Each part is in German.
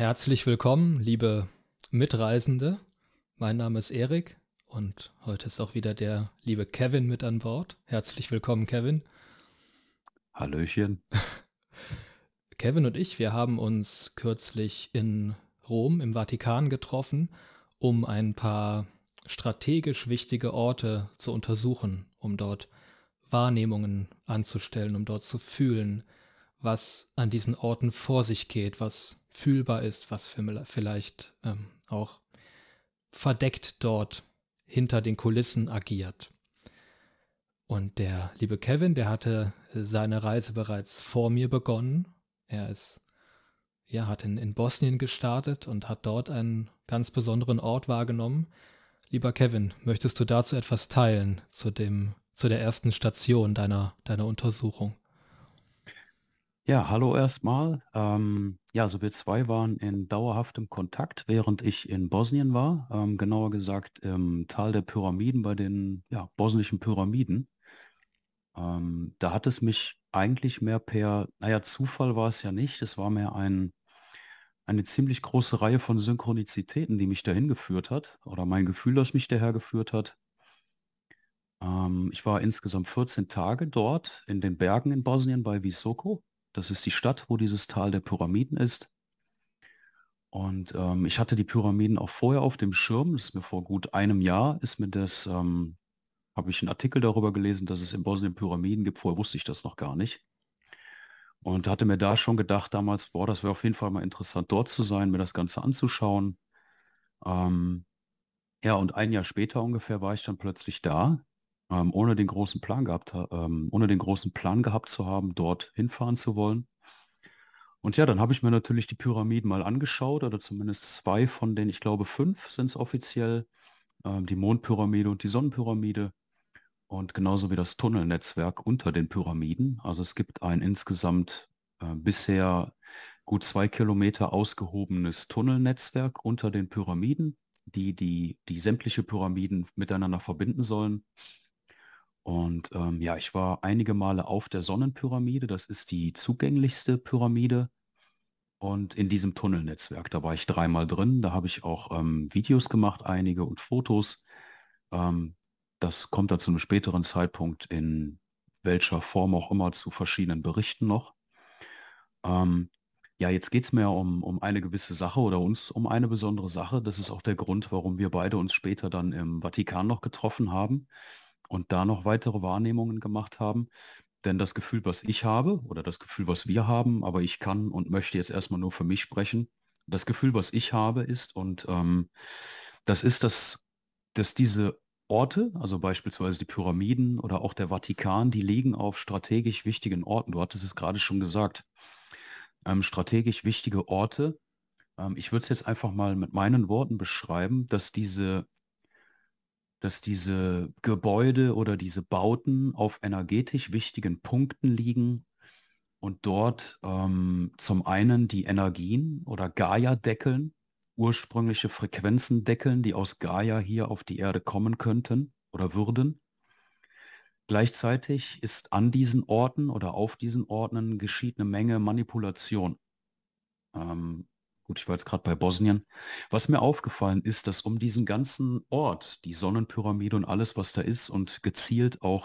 Herzlich willkommen, liebe Mitreisende. Mein Name ist Erik und heute ist auch wieder der liebe Kevin mit an Bord. Herzlich willkommen, Kevin. Hallöchen. Kevin und ich, wir haben uns kürzlich in Rom im Vatikan getroffen, um ein paar strategisch wichtige Orte zu untersuchen, um dort Wahrnehmungen anzustellen, um dort zu fühlen, was an diesen Orten vor sich geht, was fühlbar ist, was vielleicht auch verdeckt dort hinter den Kulissen agiert. Und der liebe Kevin, der hatte seine Reise bereits vor mir begonnen. Er ist, ja, hat in Bosnien gestartet und hat dort einen ganz besonderen Ort wahrgenommen. Lieber Kevin, möchtest du dazu etwas teilen zu der ersten Station deiner Untersuchung? Ja, hallo erstmal. Ja, also wir zwei waren in dauerhaftem Kontakt, während ich in Bosnien war. Genauer gesagt im Tal der Pyramiden, bei den bosnischen Pyramiden. Da hat es mich eigentlich mehr naja, Zufall war es ja nicht. Es war mehr eine ziemlich große Reihe von Synchronizitäten, die mich dahin geführt hat. Oder mein Gefühl, das mich daher geführt hat. Ich war insgesamt 14 Tage dort in den Bergen in Bosnien bei Visoko. Das ist die Stadt, wo dieses Tal der Pyramiden ist. Und ich hatte die Pyramiden auch vorher auf dem Schirm. Das ist mir vor gut einem Jahr, habe ich einen Artikel darüber gelesen, dass es in Bosnien Pyramiden gibt. Vorher wusste ich das noch gar nicht. Und hatte mir da schon gedacht damals, boah, das wäre auf jeden Fall mal interessant, dort zu sein, mir das Ganze anzuschauen. Ähm, ja, und ein Jahr später ungefähr war ich dann plötzlich da, ohne den großen Plan gehabt zu haben, dort hinfahren zu wollen. Und ja, dann habe ich mir natürlich die Pyramiden mal angeschaut, oder zumindest zwei von denen, ich glaube fünf sind es offiziell, die Mondpyramide und die Sonnenpyramide und genauso wie das Tunnelnetzwerk unter den Pyramiden. Also es gibt ein insgesamt bisher gut 2 Kilometer ausgehobenes Tunnelnetzwerk unter den Pyramiden, die sämtliche Pyramiden miteinander verbinden sollen. Und ja, ich war einige Male auf der Sonnenpyramide, das ist die zugänglichste Pyramide. Und in diesem Tunnelnetzwerk, da war ich dreimal drin, da habe ich auch Videos gemacht, einige und Fotos. Ähm, Das kommt dann zu einem späteren Zeitpunkt in welcher Form auch immer zu verschiedenen Berichten noch. Ähm, ja, jetzt geht es mir um eine gewisse Sache oder uns um eine besondere Sache. Das ist auch der Grund, warum wir beide uns später dann im Vatikan noch getroffen haben und da noch weitere Wahrnehmungen gemacht haben. Denn das Gefühl, was ich habe, oder das Gefühl, was wir haben, aber ich kann und möchte jetzt erstmal nur für mich sprechen, das Gefühl, was ich habe, ist, und das ist, dass diese Orte, also beispielsweise die Pyramiden oder auch der Vatikan, die liegen auf strategisch wichtigen Orten. Du hattest es gerade schon gesagt. Strategisch wichtige Orte. Ich würde es jetzt einfach mal mit meinen Worten beschreiben, dass diese Gebäude oder diese Bauten auf energetisch wichtigen Punkten liegen und dort zum einen die Energien oder Gaia deckeln, ursprüngliche Frequenzen deckeln, die aus Gaia hier auf die Erde kommen könnten oder würden. Gleichzeitig ist an diesen Orten oder auf diesen Orten geschieht eine Menge Manipulation. Ähm, gut, ich war jetzt gerade bei Bosnien. Was mir aufgefallen ist, dass um diesen ganzen Ort, die Sonnenpyramide und alles, was da ist, und gezielt auch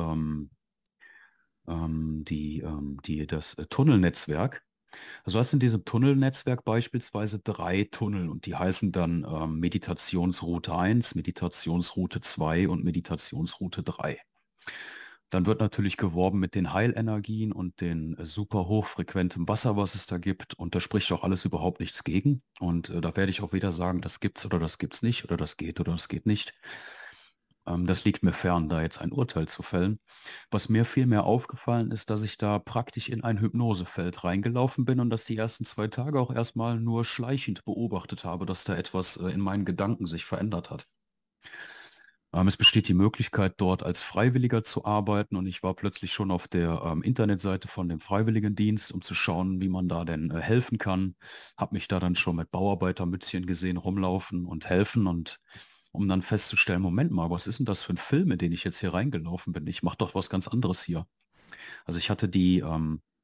das Tunnelnetzwerk. Also du hast in diesem Tunnelnetzwerk beispielsweise drei Tunnel und die heißen dann Meditationsroute 1, Meditationsroute 2 und Meditationsroute 3. Dann wird natürlich geworben mit den Heilenergien und den super hochfrequentem Wasser, was es da gibt. Und da spricht auch alles überhaupt nichts gegen. Und da werde ich auch weder sagen, das gibt's oder das gibt's nicht oder das geht oder das geht nicht. Das liegt mir fern, da jetzt ein Urteil zu fällen. Was mir viel mehr aufgefallen ist, dass ich da praktisch in ein Hypnosefeld reingelaufen bin und dass die ersten 2 Tage auch erstmal nur schleichend beobachtet habe, dass da etwas in meinen Gedanken sich verändert hat. Es besteht die Möglichkeit, dort als Freiwilliger zu arbeiten und ich war plötzlich schon auf der Internetseite von dem Freiwilligendienst, um zu schauen, wie man da denn helfen kann. Habe mich da dann schon mit Bauarbeitermützchen gesehen rumlaufen und helfen und um dann festzustellen, Moment mal, was ist denn das für ein Film, in den ich jetzt hier reingelaufen bin? Ich mache doch was ganz anderes hier. Also ich hatte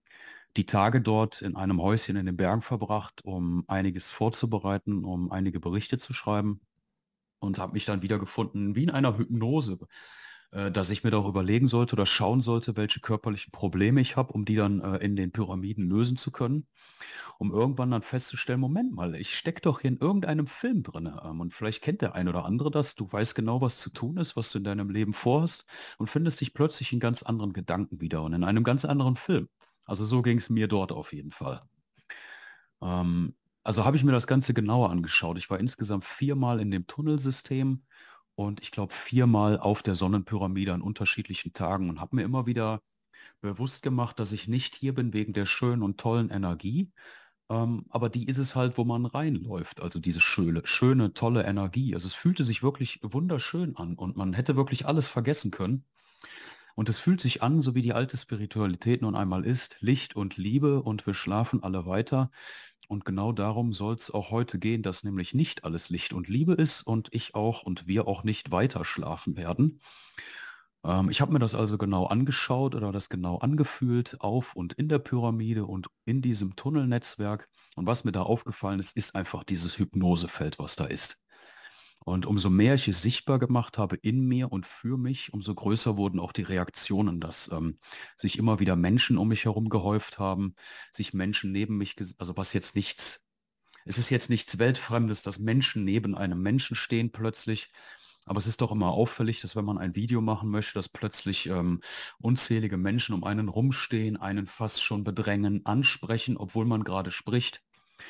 die Tage dort in einem Häuschen in den Bergen verbracht, um einiges vorzubereiten, um einige Berichte zu schreiben und habe mich dann wiedergefunden wie in einer Hypnose, dass ich mir doch überlegen sollte oder schauen sollte, welche körperlichen Probleme ich habe, um die dann in den Pyramiden lösen zu können, um irgendwann dann festzustellen, Moment mal, ich stecke doch hier in irgendeinem Film drin. Und vielleicht kennt der ein oder andere das, du weißt genau, was zu tun ist, was du in deinem Leben vorhast und findest dich plötzlich in ganz anderen Gedanken wieder und in einem ganz anderen Film. Also so ging es mir dort auf jeden Fall. Ähm, also habe ich mir das Ganze genauer angeschaut. Ich war insgesamt viermal in dem Tunnelsystem und ich glaube viermal auf der Sonnenpyramide an unterschiedlichen Tagen und habe mir immer wieder bewusst gemacht, dass ich nicht hier bin wegen der schönen und tollen Energie, aber die ist es halt, wo man reinläuft. Also diese schöne, tolle Energie. Also es fühlte sich wirklich wunderschön an und man hätte wirklich alles vergessen können. Und es fühlt sich an, so wie die alte Spiritualität nun einmal ist, Licht und Liebe und wir schlafen alle weiter. Und genau darum soll es auch heute gehen, dass nämlich nicht alles Licht und Liebe ist und ich auch und wir auch nicht weiter schlafen werden. Ich habe mir das also genau angeschaut oder das genau angefühlt auf und in der Pyramide und in diesem Tunnelnetzwerk. Und was mir da aufgefallen ist, ist einfach dieses Hypnosefeld, was da ist. Und umso mehr ich es sichtbar gemacht habe in mir und für mich, umso größer wurden auch die Reaktionen, dass sich immer wieder Menschen um mich herum gehäuft haben, sich Menschen neben mich, also was jetzt nichts, es ist jetzt nichts Weltfremdes, dass Menschen neben einem Menschen stehen plötzlich, aber es ist doch immer auffällig, dass wenn man ein Video machen möchte, dass plötzlich unzählige Menschen um einen rumstehen, einen fast schon bedrängen, ansprechen, obwohl man gerade spricht.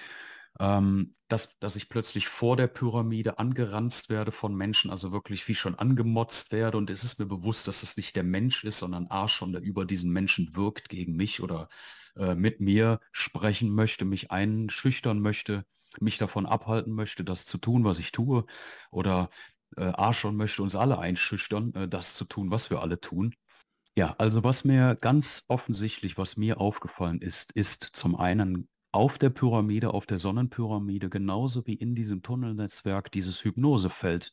Dass ich plötzlich vor der Pyramide angeranzt werde von Menschen, also wirklich wie schon angemotzt werde. Und es ist mir bewusst, dass es nicht der Mensch ist, sondern Archon, der über diesen Menschen wirkt gegen mich oder mit mir sprechen möchte, mich einschüchtern möchte, mich davon abhalten möchte, das zu tun, was ich tue. Oder Archon möchte uns alle einschüchtern, das zu tun, was wir alle tun. Ja, also was mir ganz offensichtlich, was mir aufgefallen ist, ist zum einen auf der Pyramide, auf der Sonnenpyramide, genauso wie in diesem Tunnelnetzwerk, dieses Hypnosefeld,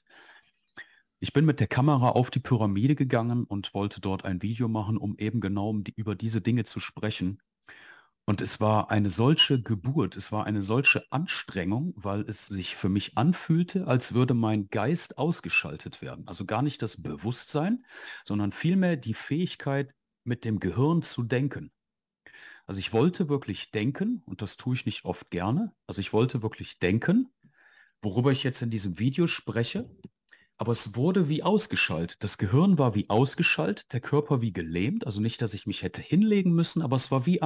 ich bin mit der Kamera auf die Pyramide gegangen und wollte dort ein Video machen, um eben genau über diese Dinge zu sprechen. Und es war eine solche Geburt, es war eine solche Anstrengung, weil es sich für mich anfühlte, als würde mein Geist ausgeschaltet werden. Also gar nicht das Bewusstsein, sondern vielmehr die Fähigkeit, mit dem Gehirn zu denken. Also ich wollte wirklich denken, und das tue ich nicht oft gerne. Also ich wollte wirklich denken, worüber ich jetzt in diesem Video spreche, aber es wurde wie ausgeschaltet. Das Gehirn war wie ausgeschaltet, der Körper wie gelähmt. Also nicht, dass ich mich hätte hinlegen müssen, aber es war wie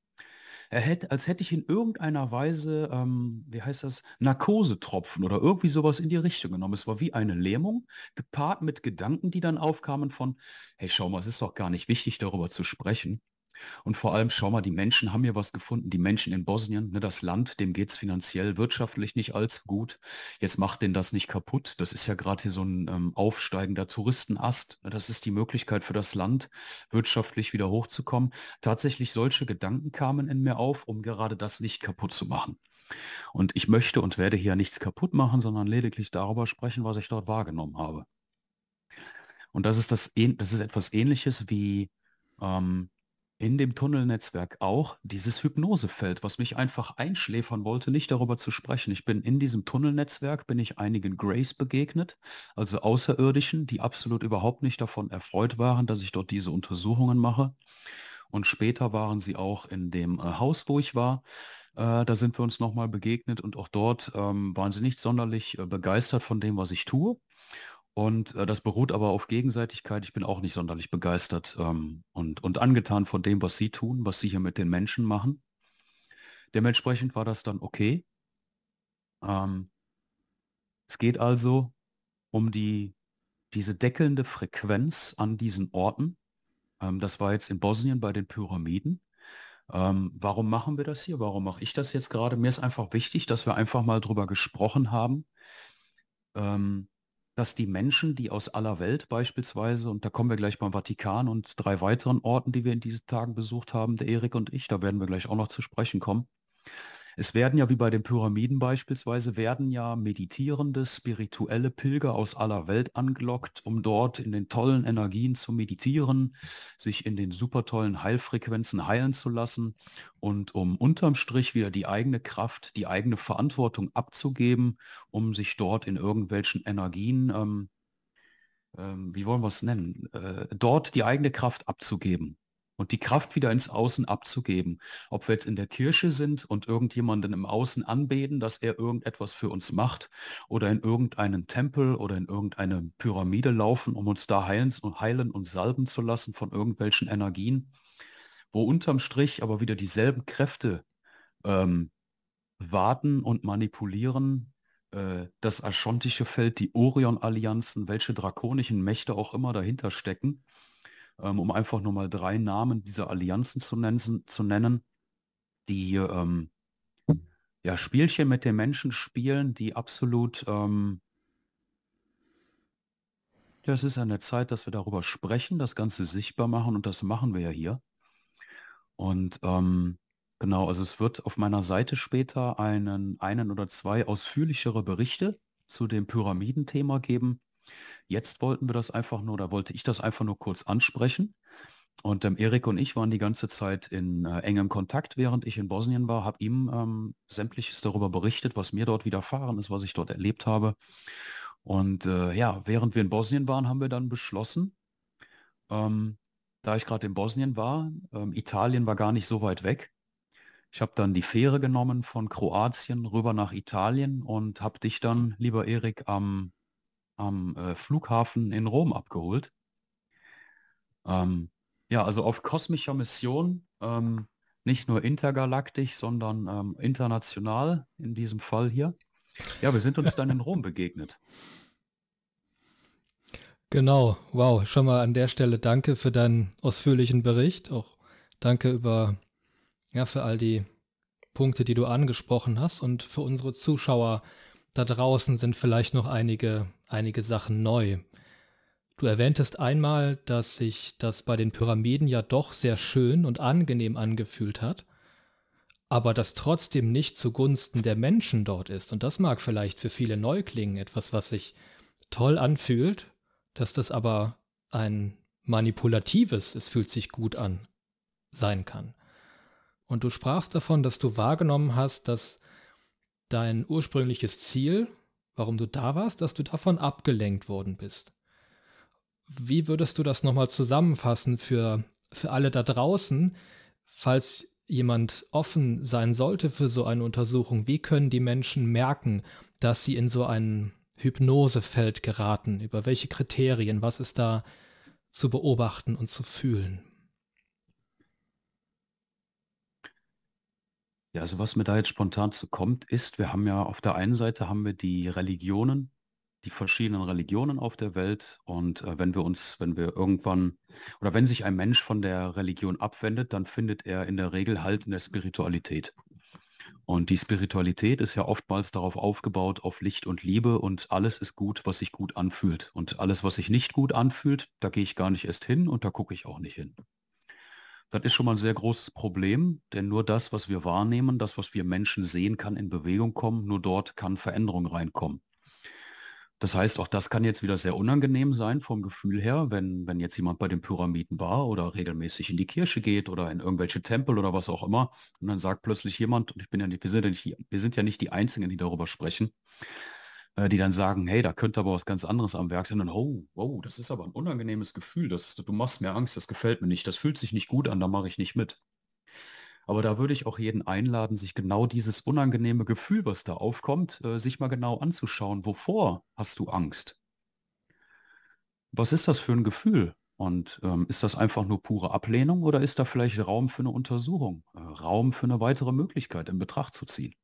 als hätte ich in irgendeiner Weise, wie heißt das, Narkosetropfen oder irgendwie sowas in die Richtung genommen. Es war wie eine Lähmung, gepaart mit Gedanken, die dann aufkamen von, hey, schau mal, es ist doch gar nicht wichtig, darüber zu sprechen. Und vor allem, schau mal, die Menschen haben hier was gefunden, die Menschen in Bosnien, ne, das Land, dem geht es finanziell, wirtschaftlich nicht allzu gut. Jetzt macht denen das nicht kaputt. Das ist ja gerade hier so ein aufsteigender Touristenast. Ne, das ist die Möglichkeit für das Land, wirtschaftlich wieder hochzukommen. Tatsächlich solche Gedanken kamen in mir auf, um gerade das nicht kaputt zu machen. Und ich möchte und werde hier nichts kaputt machen, sondern lediglich darüber sprechen, was ich dort wahrgenommen habe. Und das ist etwas Ähnliches wie ähm, in dem Tunnelnetzwerk auch dieses Hypnosefeld, was mich einfach einschläfern wollte, nicht darüber zu sprechen. Ich bin in diesem Tunnelnetzwerk, bin ich einigen Greys begegnet, also Außerirdischen, die absolut überhaupt nicht davon erfreut waren, dass ich dort diese Untersuchungen mache. Und später waren sie auch in dem Haus, wo ich war. Da sind wir uns nochmal begegnet und auch dort waren sie nicht sonderlich begeistert von dem, was ich tue. Und das beruht aber auf Gegenseitigkeit. Ich bin auch nicht sonderlich begeistert und angetan von dem, was Sie tun, was Sie hier mit den Menschen machen. Dementsprechend war das dann okay. Ähm, Es geht also um diese deckelnde Frequenz an diesen Orten. Das war jetzt in Bosnien bei den Pyramiden. Warum machen wir das hier? Warum mache ich das jetzt gerade? Mir ist einfach wichtig, dass wir einfach mal drüber gesprochen haben, ähm, dass die Menschen, die aus aller Welt beispielsweise, und da kommen wir gleich beim Vatikan und drei weiteren Orten, die wir in diesen Tagen besucht haben, der Erik und ich, da werden wir gleich auch noch zu sprechen kommen, Es werden ja, wie bei den Pyramiden beispielsweise, werden ja meditierende, spirituelle Pilger aus aller Welt angelockt, um dort in den tollen Energien zu meditieren, sich in den super tollen Heilfrequenzen heilen zu lassen und um unterm Strich wieder die eigene Kraft, die eigene Verantwortung abzugeben, um sich dort in irgendwelchen Energien, wie wollen wir es nennen, dort die eigene Kraft abzugeben und die Kraft wieder ins Außen abzugeben. Ob wir jetzt in der Kirche sind und irgendjemanden im Außen anbeten, dass er irgendetwas für uns macht oder in irgendeinen Tempel oder in irgendeine Pyramide laufen, um uns da heilen und salben zu lassen von irgendwelchen Energien, wo unterm Strich aber wieder dieselben Kräfte ähm, warten und manipulieren, das Aschontische Feld, die Orion-Allianzen, welche drakonischen Mächte auch immer dahinter stecken, um einfach nur mal drei Namen dieser Allianzen zu nennen, die ja, Spielchen mit den Menschen spielen, die absolut, ja, es ist an der Zeit, dass wir darüber sprechen, das Ganze sichtbar machen und das machen wir ja hier. Und genau, also es wird auf meiner Seite später einen oder zwei ausführlichere Berichte zu dem Pyramidenthema geben. Jetzt wollten wir das einfach nur, oder wollte ich das einfach nur kurz ansprechen. Und Erik und ich waren die ganze Zeit in engem Kontakt, während ich in Bosnien war, habe ihm sämtliches darüber berichtet, was mir dort widerfahren ist, was ich dort erlebt habe. Und ja, während wir in Bosnien waren, haben wir dann beschlossen, ähm, da ich gerade in Bosnien war, Italien war gar nicht so weit weg. Ich habe dann die Fähre genommen von Kroatien rüber nach Italien und habe dich dann, lieber Erik, am Flughafen in Rom abgeholt. Ähm, ja, also auf kosmischer Mission, nicht nur intergalaktisch, sondern international in diesem Fall hier. Ja, wir sind uns dann in Rom begegnet. Genau, wow, schon mal an der Stelle danke für deinen ausführlichen Bericht. Auch danke für all die Punkte, die du angesprochen hast. Und für unsere Zuschauer da draußen sind vielleicht noch einige Sachen neu. Du erwähntest einmal, dass sich das bei den Pyramiden ja doch sehr schön und angenehm angefühlt hat, aber das trotzdem nicht zugunsten der Menschen dort ist. Und das mag vielleicht für viele neu klingen, etwas, was sich toll anfühlt, dass das aber ein manipulatives, es fühlt sich gut an, sein kann. Und du sprachst davon, dass du wahrgenommen hast, dass dein ursprüngliches Ziel, warum du da warst, dass du davon abgelenkt worden bist. Wie würdest du das nochmal zusammenfassen für alle da draußen, falls jemand offen sein sollte für so eine Untersuchung? Wie können die Menschen merken, dass sie in so ein Hypnosefeld geraten? Über welche Kriterien? Was ist da zu beobachten und zu fühlen? Ja, also was mir da jetzt spontan zu kommt, ist, wir haben ja auf der einen Seite haben wir die Religionen, die verschiedenen Religionen auf der Welt und wenn wir irgendwann oder wenn sich ein Mensch von der Religion abwendet, dann findet er in der Regel Halt in der Spiritualität. Und die Spiritualität ist ja oftmals darauf aufgebaut, auf Licht und Liebe und alles ist gut, was sich gut anfühlt. Und alles, was sich nicht gut anfühlt, da gehe ich gar nicht erst hin und da gucke ich auch nicht hin. Das ist schon mal ein sehr großes Problem, denn nur das, was wir wahrnehmen, das, was wir Menschen sehen, kann in Bewegung kommen. Nur dort kann Veränderung reinkommen. Das heißt, auch das kann jetzt wieder sehr unangenehm sein vom Gefühl her, wenn jetzt jemand bei den Pyramiden war oder regelmäßig in die Kirche geht oder in irgendwelche Tempel oder was auch immer. Und dann sagt plötzlich jemand, und ich bin ja nicht, wir sind ja nicht die Einzigen, die darüber sprechen, die dann sagen, hey, da könnte aber was ganz anderes am Werk sein. Und oh, wow, das ist aber ein unangenehmes Gefühl. Du machst mir Angst, das gefällt mir nicht, das fühlt sich nicht gut an, da mache ich nicht mit. Aber da würde ich auch jeden einladen, sich genau dieses unangenehme Gefühl, was da aufkommt, sich mal genau anzuschauen. Wovor hast du Angst? Was ist das für ein Gefühl? Und ist das einfach nur pure Ablehnung oder ist da vielleicht Raum für eine Untersuchung, Raum für eine weitere Möglichkeit in Betracht zu ziehen?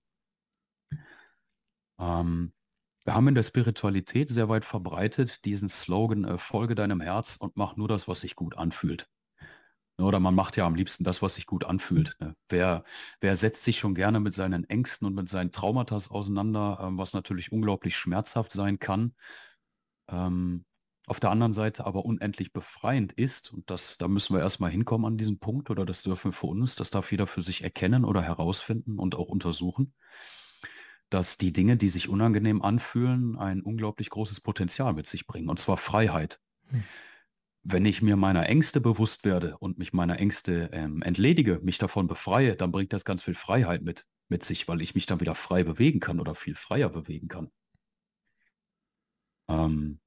Ähm, Wir haben in der Spiritualität sehr weit verbreitet diesen Slogan, folge deinem Herz und mach nur das, was sich gut anfühlt. Ne, oder man macht ja am liebsten das, was sich gut anfühlt. Ne? Wer setzt sich schon gerne mit seinen Ängsten und mit seinen Traumata auseinander, was natürlich unglaublich schmerzhaft sein kann. Ähm, auf der anderen Seite aber unendlich befreiend ist. Und da müssen wir erstmal hinkommen an diesen Punkt, oder das dürfen wir für uns, das darf jeder für sich erkennen oder herausfinden und auch untersuchen, dass die Dinge, die sich unangenehm anfühlen, ein unglaublich großes Potenzial mit sich bringen, und zwar Freiheit. Hm. Wenn ich mir meiner Ängste bewusst werde und mich meiner Ängste entledige, mich davon befreie, dann bringt das ganz viel Freiheit mit sich, weil ich mich dann wieder frei bewegen kann oder viel freier bewegen kann. Ähm,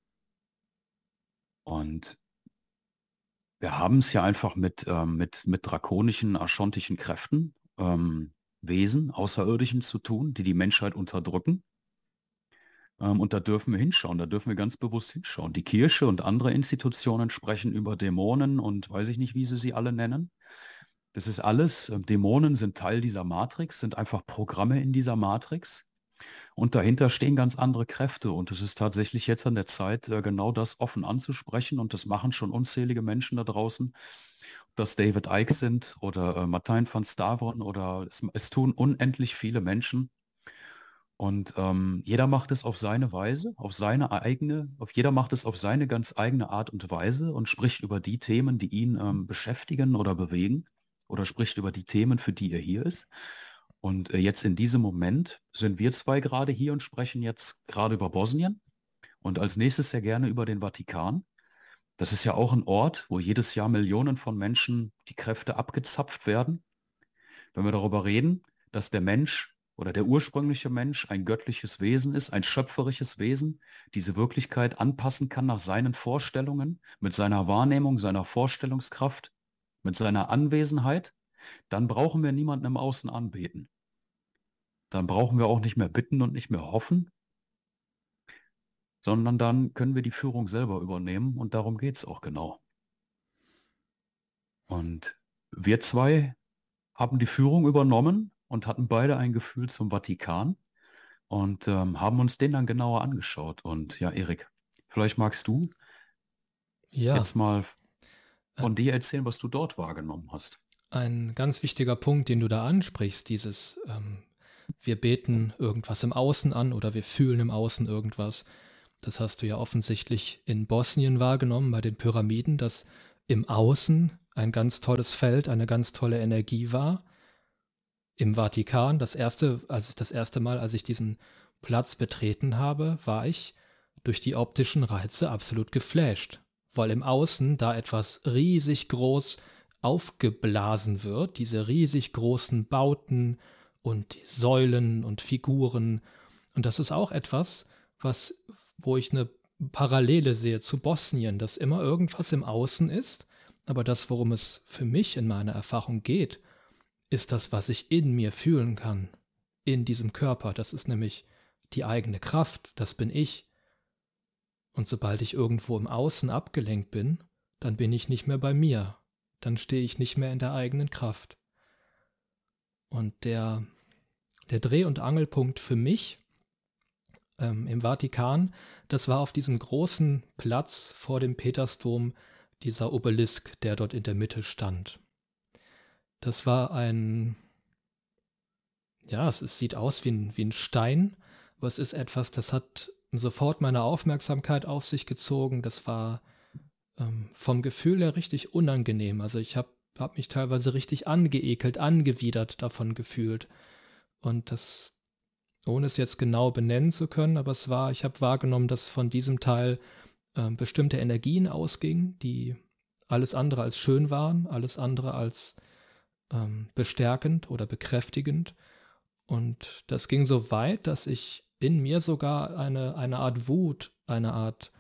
und wir haben es ja einfach mit drakonischen, archontischen Kräften, Wesen, Außerirdischen zu tun, die die Menschheit unterdrücken. Und da dürfen wir hinschauen, da dürfen wir ganz bewusst hinschauen. Die Kirche und andere Institutionen sprechen über Dämonen und weiß ich nicht, wie sie alle nennen. Das ist alles, Dämonen sind Teil dieser Matrix, sind einfach Programme in dieser Matrix. Und dahinter stehen ganz andere Kräfte. Und es ist tatsächlich jetzt an der Zeit, genau das offen anzusprechen. Und das machen schon unzählige Menschen da draußen. Ob das David Icke sind oder Martijn van Staveren, oder es tun unendlich viele Menschen. Und jeder macht es auf seine Weise, auf seine eigene, jeder macht es auf seine ganz eigene Art und Weise und spricht über die Themen, die ihn beschäftigen oder bewegen, oder spricht über die Themen, für die er hier ist. Und jetzt in diesem Moment sind wir zwei gerade hier und sprechen jetzt gerade über Bosnien und als nächstes sehr gerne über den Vatikan. Das ist ja auch ein Ort, wo jedes Jahr Millionen von Menschen die Kräfte abgezapft werden. Wenn wir darüber reden, dass der Mensch oder der ursprüngliche Mensch ein göttliches Wesen ist, ein schöpferisches Wesen, diese Wirklichkeit anpassen kann nach seinen Vorstellungen, mit seiner Wahrnehmung, seiner Vorstellungskraft, mit seiner Anwesenheit, dann brauchen wir niemanden im Außen anbeten. Dann brauchen wir auch nicht mehr bitten und nicht mehr hoffen, sondern dann können wir die Führung selber übernehmen, und darum geht es auch genau. Und wir zwei haben die Führung übernommen und hatten beide ein Gefühl zum Vatikan und haben uns den dann genauer angeschaut. Und ja, Erik, vielleicht magst du Ja, jetzt mal äh, von dir erzählen, was du dort wahrgenommen hast. ein ganz wichtiger Punkt, den du da ansprichst, dieses, wir beten irgendwas im Außen an oder wir fühlen im Außen irgendwas. Das hast du ja offensichtlich in Bosnien wahrgenommen, bei den Pyramiden, dass im Außen ein ganz tolles Feld, eine ganz tolle Energie war. Im Vatikan, das erste Mal, als ich diesen Platz betreten habe, war ich durch die optischen Reize absolut geflasht, weil im Außen da etwas riesig groß aufgeblasen wird, diese riesig großen Bauten und die Säulen und Figuren. Und das ist auch etwas, wo ich eine Parallele sehe zu Bosnien, dass immer irgendwas im Außen ist, aber das, worum es für mich in meiner Erfahrung geht, ist das, was ich in mir fühlen kann, in diesem Körper. Das ist nämlich die eigene Kraft, das bin ich. Und sobald ich irgendwo im Außen abgelenkt bin, dann bin ich nicht mehr bei mir. Dann stehe ich nicht mehr in der eigenen Kraft. Und der Dreh- und Angelpunkt für mich im Vatikan, das war auf diesem großen Platz vor dem Petersdom, dieser Obelisk, der dort in der Mitte stand. Das war es sieht aus wie ein Stein, aber es ist etwas, das hat sofort meine Aufmerksamkeit auf sich gezogen. Das war vom Gefühl her richtig unangenehm. Also ich hab mich teilweise richtig angeekelt, angewidert davon gefühlt. Und das, ohne es jetzt genau benennen zu können, aber ich habe wahrgenommen, dass von diesem Teil bestimmte Energien ausgingen, die alles andere als schön waren, alles andere als bestärkend oder bekräftigend. Und das ging so weit, dass ich in mir sogar eine Art Wut, eine Art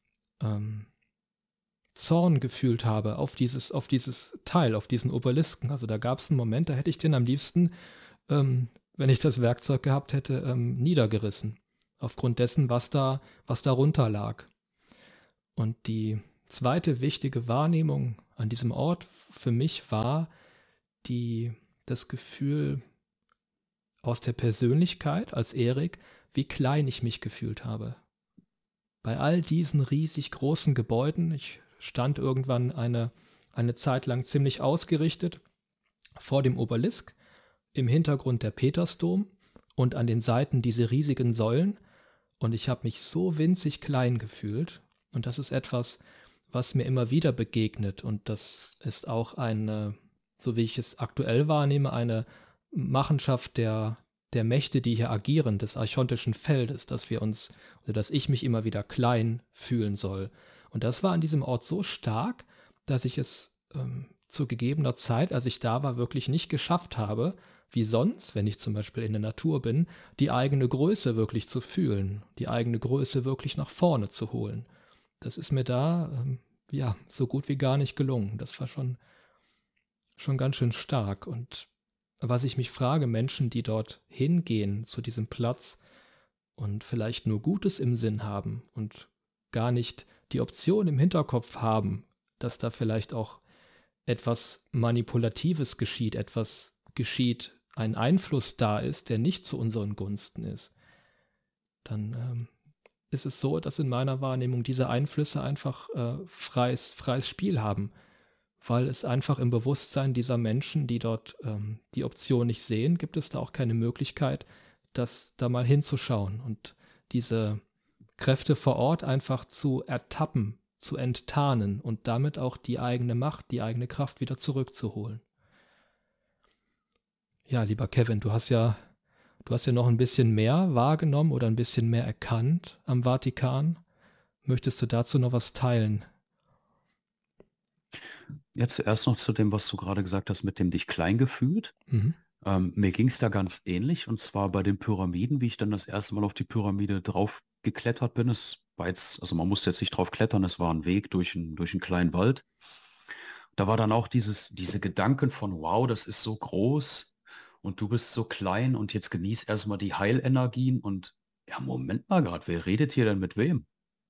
Zorn gefühlt habe auf dieses Teil, auf diesen Obelisken. Also da gab es einen Moment, da hätte ich den am liebsten, wenn ich das Werkzeug gehabt hätte, niedergerissen. Aufgrund dessen, was da runter lag. Und die zweite wichtige Wahrnehmung an diesem Ort für mich war das Gefühl aus der Persönlichkeit als Erik, wie klein ich mich gefühlt habe. Bei all diesen riesig großen Gebäuden, ich stand irgendwann eine Zeit lang ziemlich ausgerichtet vor dem Obelisk, im Hintergrund der Petersdom und an den Seiten diese riesigen Säulen, und ich habe mich so winzig klein gefühlt Und das ist etwas, was mir immer wieder begegnet. Und das ist auch eine, so wie ich es aktuell wahrnehme, eine Machenschaft der Mächte, die hier agieren, des archontischen Feldes, dass wir uns, oder dass ich mich immer wieder klein fühlen soll. Und das war an diesem Ort so stark, dass ich es zu gegebener Zeit, als ich da war, wirklich nicht geschafft habe, wie sonst, wenn ich zum Beispiel in der Natur bin, die eigene Größe wirklich zu fühlen, die eigene Größe wirklich nach vorne zu holen. Das ist mir da, ja, so gut wie gar nicht gelungen. Das war schon ganz schön stark. Und was ich mich frage, Menschen, die dort hingehen zu diesem Platz und vielleicht nur Gutes im Sinn haben und gar nicht die Option im Hinterkopf haben, dass da vielleicht auch etwas Manipulatives geschieht, etwas geschieht, ein Einfluss da ist, der nicht zu unseren Gunsten ist, dann ist es so, dass in meiner Wahrnehmung diese Einflüsse einfach freies Spiel haben, weil es einfach im Bewusstsein dieser Menschen, die dort die Option nicht sehen, gibt es da auch keine Möglichkeit, das da mal hinzuschauen und diese Kräfte vor Ort einfach zu ertappen, zu enttarnen und damit auch die eigene Macht, die eigene Kraft wieder zurückzuholen. Ja, lieber Kevin, du hast ja noch ein bisschen mehr wahrgenommen oder ein bisschen mehr erkannt am Vatikan. Möchtest du dazu noch was teilen? Ja, zuerst noch zu dem, was du gerade gesagt hast, mit dem dich klein gefühlt. Mhm. Mir ging es da ganz ähnlich, und zwar bei den Pyramiden, wie ich dann das erste Mal auf die Pyramide drauf geklettert bin. Es war jetzt, also man musste jetzt nicht drauf klettern, es war ein Weg durch einen kleinen Wald. Da war dann auch diese Gedanken von, wow, das ist so groß und du bist so klein und jetzt genieß erstmal die Heilenergien und ja, Moment mal gerade, wer redet hier denn mit wem?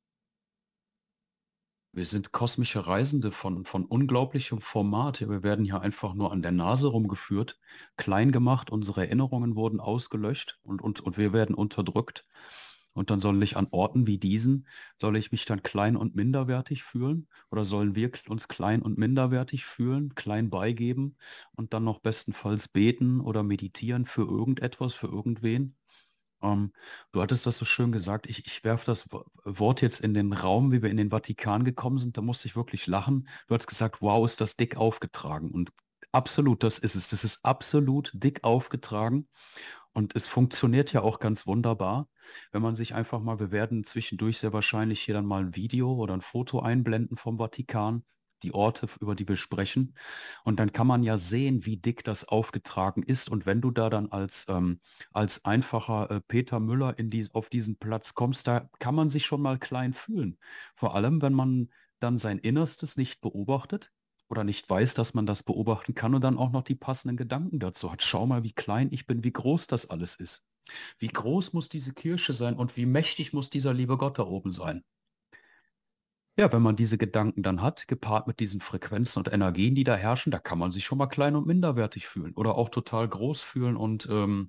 Wir sind kosmische Reisende von unglaublichem Format. Ja, wir werden hier einfach nur an der Nase rumgeführt, klein gemacht, unsere Erinnerungen wurden ausgelöscht und wir werden unterdrückt. Und dann soll ich an Orten wie diesen, soll ich mich dann klein und minderwertig fühlen? Oder sollen wir uns klein und minderwertig fühlen, klein beigeben und dann noch bestenfalls beten oder meditieren für irgendetwas, für irgendwen? Ähm, Du hattest das so schön gesagt. Ich werfe das Wort jetzt in den Raum, wie wir in den Vatikan gekommen sind. Da musste ich wirklich lachen. Du hast gesagt, wow, ist das dick aufgetragen. Und absolut, das ist es. Das ist absolut dick aufgetragen. Und es funktioniert ja auch ganz wunderbar, wenn man sich einfach mal, wir werden zwischendurch sehr wahrscheinlich hier dann mal ein Video oder ein Foto einblenden vom Vatikan, die Orte, über die wir sprechen. Und dann kann man ja sehen, wie dick das aufgetragen ist. Und wenn du da dann als einfacher Peter Müller auf diesen Platz kommst, da kann man sich schon mal klein fühlen. Vor allem, wenn man dann sein Innerstes nicht beobachtet oder nicht weiß, dass man das beobachten kann und dann auch noch die passenden Gedanken dazu hat. Schau mal, wie klein ich bin, wie groß das alles ist. Wie groß muss diese Kirche sein und wie mächtig muss dieser liebe Gott da oben sein? Ja, wenn man diese Gedanken dann hat, gepaart mit diesen Frequenzen und Energien, die da herrschen, da kann man sich schon mal klein und minderwertig fühlen oder auch total groß fühlen und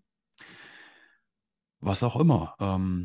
was auch immer.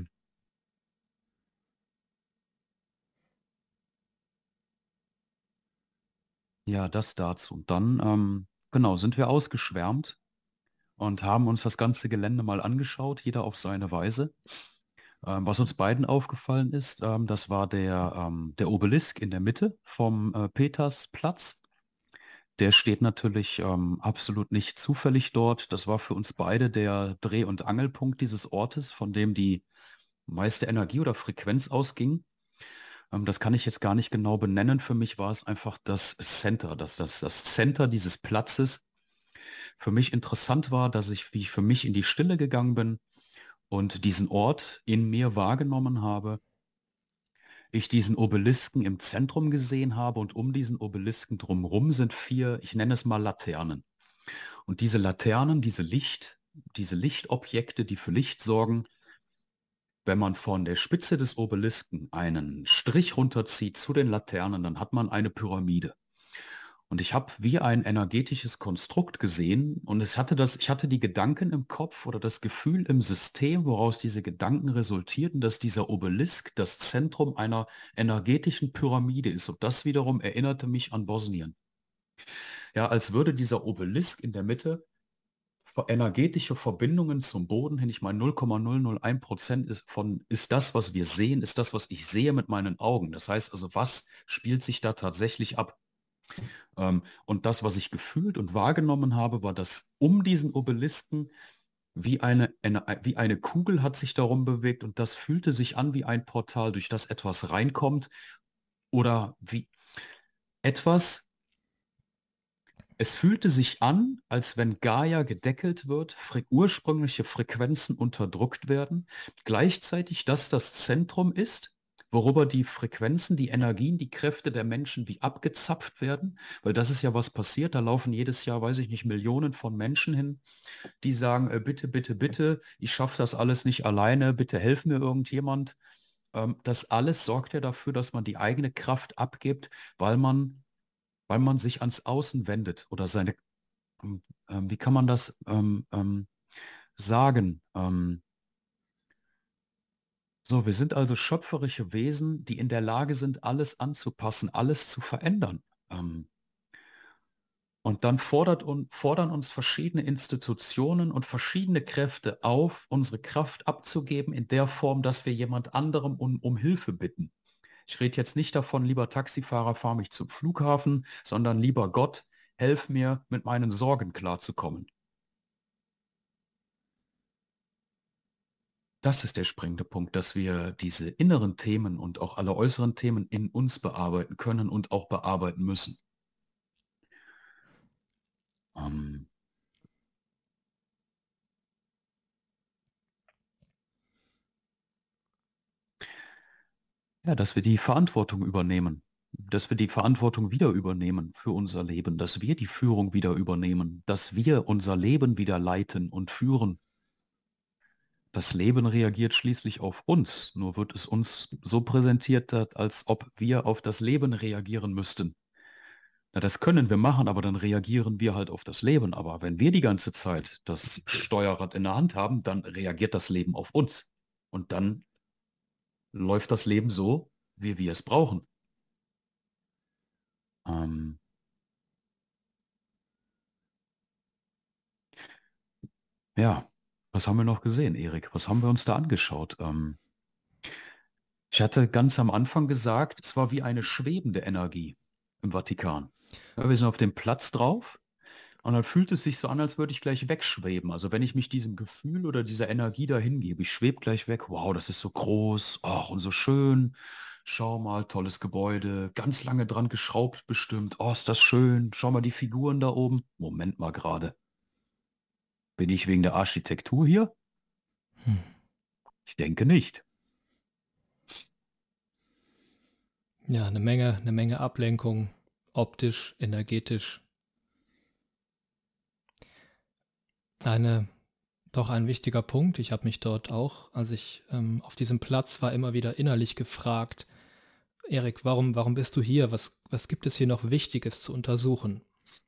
Ja, das dazu. Und dann, genau, sind wir ausgeschwärmt und haben uns das ganze Gelände mal angeschaut, jeder auf seine Weise. Was uns beiden aufgefallen ist, das war der Obelisk in der Mitte vom Petersplatz. Der steht natürlich absolut nicht zufällig dort. Das war für uns beide der Dreh- und Angelpunkt dieses Ortes, von dem die meiste Energie oder Frequenz ausging. Das kann ich jetzt gar nicht genau benennen. Für mich war es einfach das Center, das Center dieses Platzes. Für mich interessant war, dass ich, wie ich für mich in die Stille gegangen bin und diesen Ort in mir wahrgenommen habe, ich diesen Obelisken im Zentrum gesehen habe und um diesen Obelisken drumherum sind vier, ich nenne es mal Laternen. Und diese Laternen, diese Lichtobjekte, die für Licht sorgen, wenn man von der Spitze des Obelisken einen Strich runterzieht zu den Laternen, dann hat man eine Pyramide. Und ich habe wie ein energetisches Konstrukt gesehen und ich hatte die Gedanken im Kopf oder das Gefühl im System, woraus diese Gedanken resultierten, dass dieser Obelisk das Zentrum einer energetischen Pyramide ist. Und das wiederum erinnerte mich an Bosnien. Ja, als würde dieser Obelisk in der Mitte energetische Verbindungen zum Boden hin. Ich meine, 0,001% ist das, was wir sehen, ist das, was ich sehe mit meinen Augen. Das heißt also, was spielt sich da tatsächlich ab? Und das, was ich gefühlt und wahrgenommen habe, war, dass um diesen Obelisken wie eine Kugel hat sich darum bewegt und das fühlte sich an wie ein Portal, durch das etwas reinkommt oder wie etwas. Es fühlte sich an, als wenn Gaia gedeckelt wird, ursprüngliche Frequenzen unterdrückt werden, gleichzeitig das Zentrum ist, worüber die Frequenzen, die Energien, die Kräfte der Menschen wie abgezapft werden, weil das ist ja was passiert, da laufen jedes Jahr, weiß ich nicht, Millionen von Menschen hin, die sagen, bitte, bitte, bitte, ich schaffe das alles nicht alleine, bitte helf mir irgendjemand. Das alles sorgt ja dafür, dass man die eigene Kraft abgibt, weil man sich ans Außen wendet oder wie kann man das sagen? So, wir sind also schöpferische Wesen, die in der Lage sind, alles anzupassen, alles zu verändern. Ähm, und dann fordern uns verschiedene Institutionen und verschiedene Kräfte auf, unsere Kraft abzugeben in der Form, dass wir jemand anderem um Hilfe bitten. Ich rede jetzt nicht davon, lieber Taxifahrer, fahr mich zum Flughafen, sondern lieber Gott, helf mir, mit meinen Sorgen klarzukommen. Das ist der springende Punkt, dass wir diese inneren Themen und auch alle äußeren Themen in uns bearbeiten können und auch bearbeiten müssen. Ähm, ja, dass wir die Verantwortung übernehmen, dass wir die Verantwortung wieder übernehmen für unser Leben, dass wir die Führung wieder übernehmen, dass wir unser Leben wieder leiten und führen. Das Leben reagiert schließlich auf uns, nur wird es uns so präsentiert, als ob wir auf das Leben reagieren müssten. Na, das können wir machen, aber dann reagieren wir halt auf das Leben. Aber wenn wir die ganze Zeit das Steuerrad in der Hand haben, dann reagiert das Leben auf uns. Und dann läuft das Leben so, wie wir es brauchen. Ähm, ja, was haben wir noch gesehen, Erik? Was haben wir uns da angeschaut? Ich hatte ganz am Anfang gesagt, es war wie eine schwebende Energie im Vatikan. Ja, wir sind auf dem Platz drauf. Und dann fühlt es sich so an, als würde ich gleich wegschweben. Also wenn ich mich diesem Gefühl oder dieser Energie dahin gebe, ich schwebe gleich weg. Wow, das ist so groß, ach, und so schön. Schau mal, tolles Gebäude, ganz lange dran geschraubt bestimmt. Oh, ist das schön. Schau mal die Figuren da oben. Moment mal gerade. Bin ich wegen der Architektur hier? Hm. Ich denke nicht. Ja, eine Menge Ablenkung, optisch, energetisch. Eine, doch ein wichtiger Punkt. Ich habe mich dort auch, als ich auf diesem Platz war, immer wieder innerlich gefragt, Erik, warum bist du hier? Was gibt es hier noch Wichtiges zu untersuchen?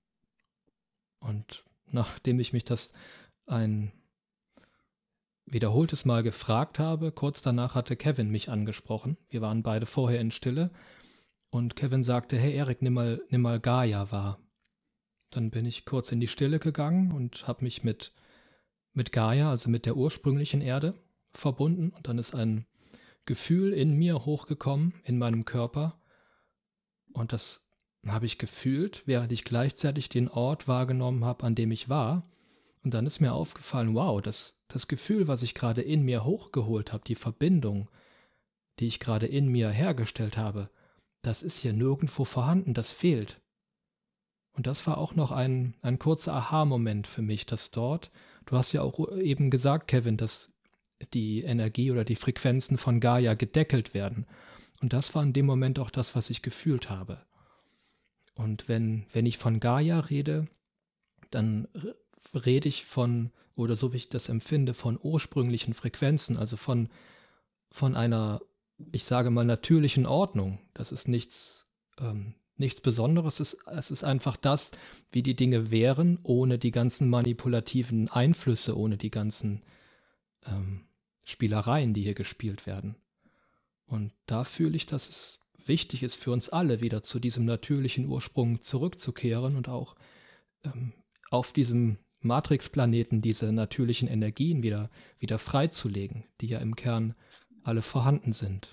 Und nachdem ich mich das ein wiederholtes Mal gefragt habe, kurz danach hatte Kevin mich angesprochen. Wir waren beide vorher in Stille und Kevin sagte, hey Erik, nimm mal Gaia wahr. Dann bin ich kurz in die Stille gegangen und habe mich mit Gaia, also mit der ursprünglichen Erde, verbunden. Und dann ist ein Gefühl in mir hochgekommen, in meinem Körper. Und das habe ich gefühlt, während ich gleichzeitig den Ort wahrgenommen habe, an dem ich war. Und dann ist mir aufgefallen, wow, das Gefühl, was ich gerade in mir hochgeholt habe, die Verbindung, die ich gerade in mir hergestellt habe, das ist hier nirgendwo vorhanden, das fehlt. Und das war auch noch ein kurzer Aha-Moment für mich, dass dort, du hast ja auch eben gesagt, Kevin, dass die Energie oder die Frequenzen von Gaia gedeckelt werden. Und das war in dem Moment auch das, was ich gefühlt habe. Und wenn ich von Gaia rede, dann rede ich von, oder so wie ich das empfinde, von ursprünglichen Frequenzen, also von einer, ich sage mal, natürlichen Ordnung. Das ist nichts Besonderes, es ist einfach das, wie die Dinge wären, ohne die ganzen manipulativen Einflüsse, ohne die ganzen Spielereien, die hier gespielt werden. Und da fühle ich, dass es wichtig ist für uns alle, wieder zu diesem natürlichen Ursprung zurückzukehren und auch auf diesem Matrixplaneten diese natürlichen Energien wieder freizulegen, die ja im Kern alle vorhanden sind.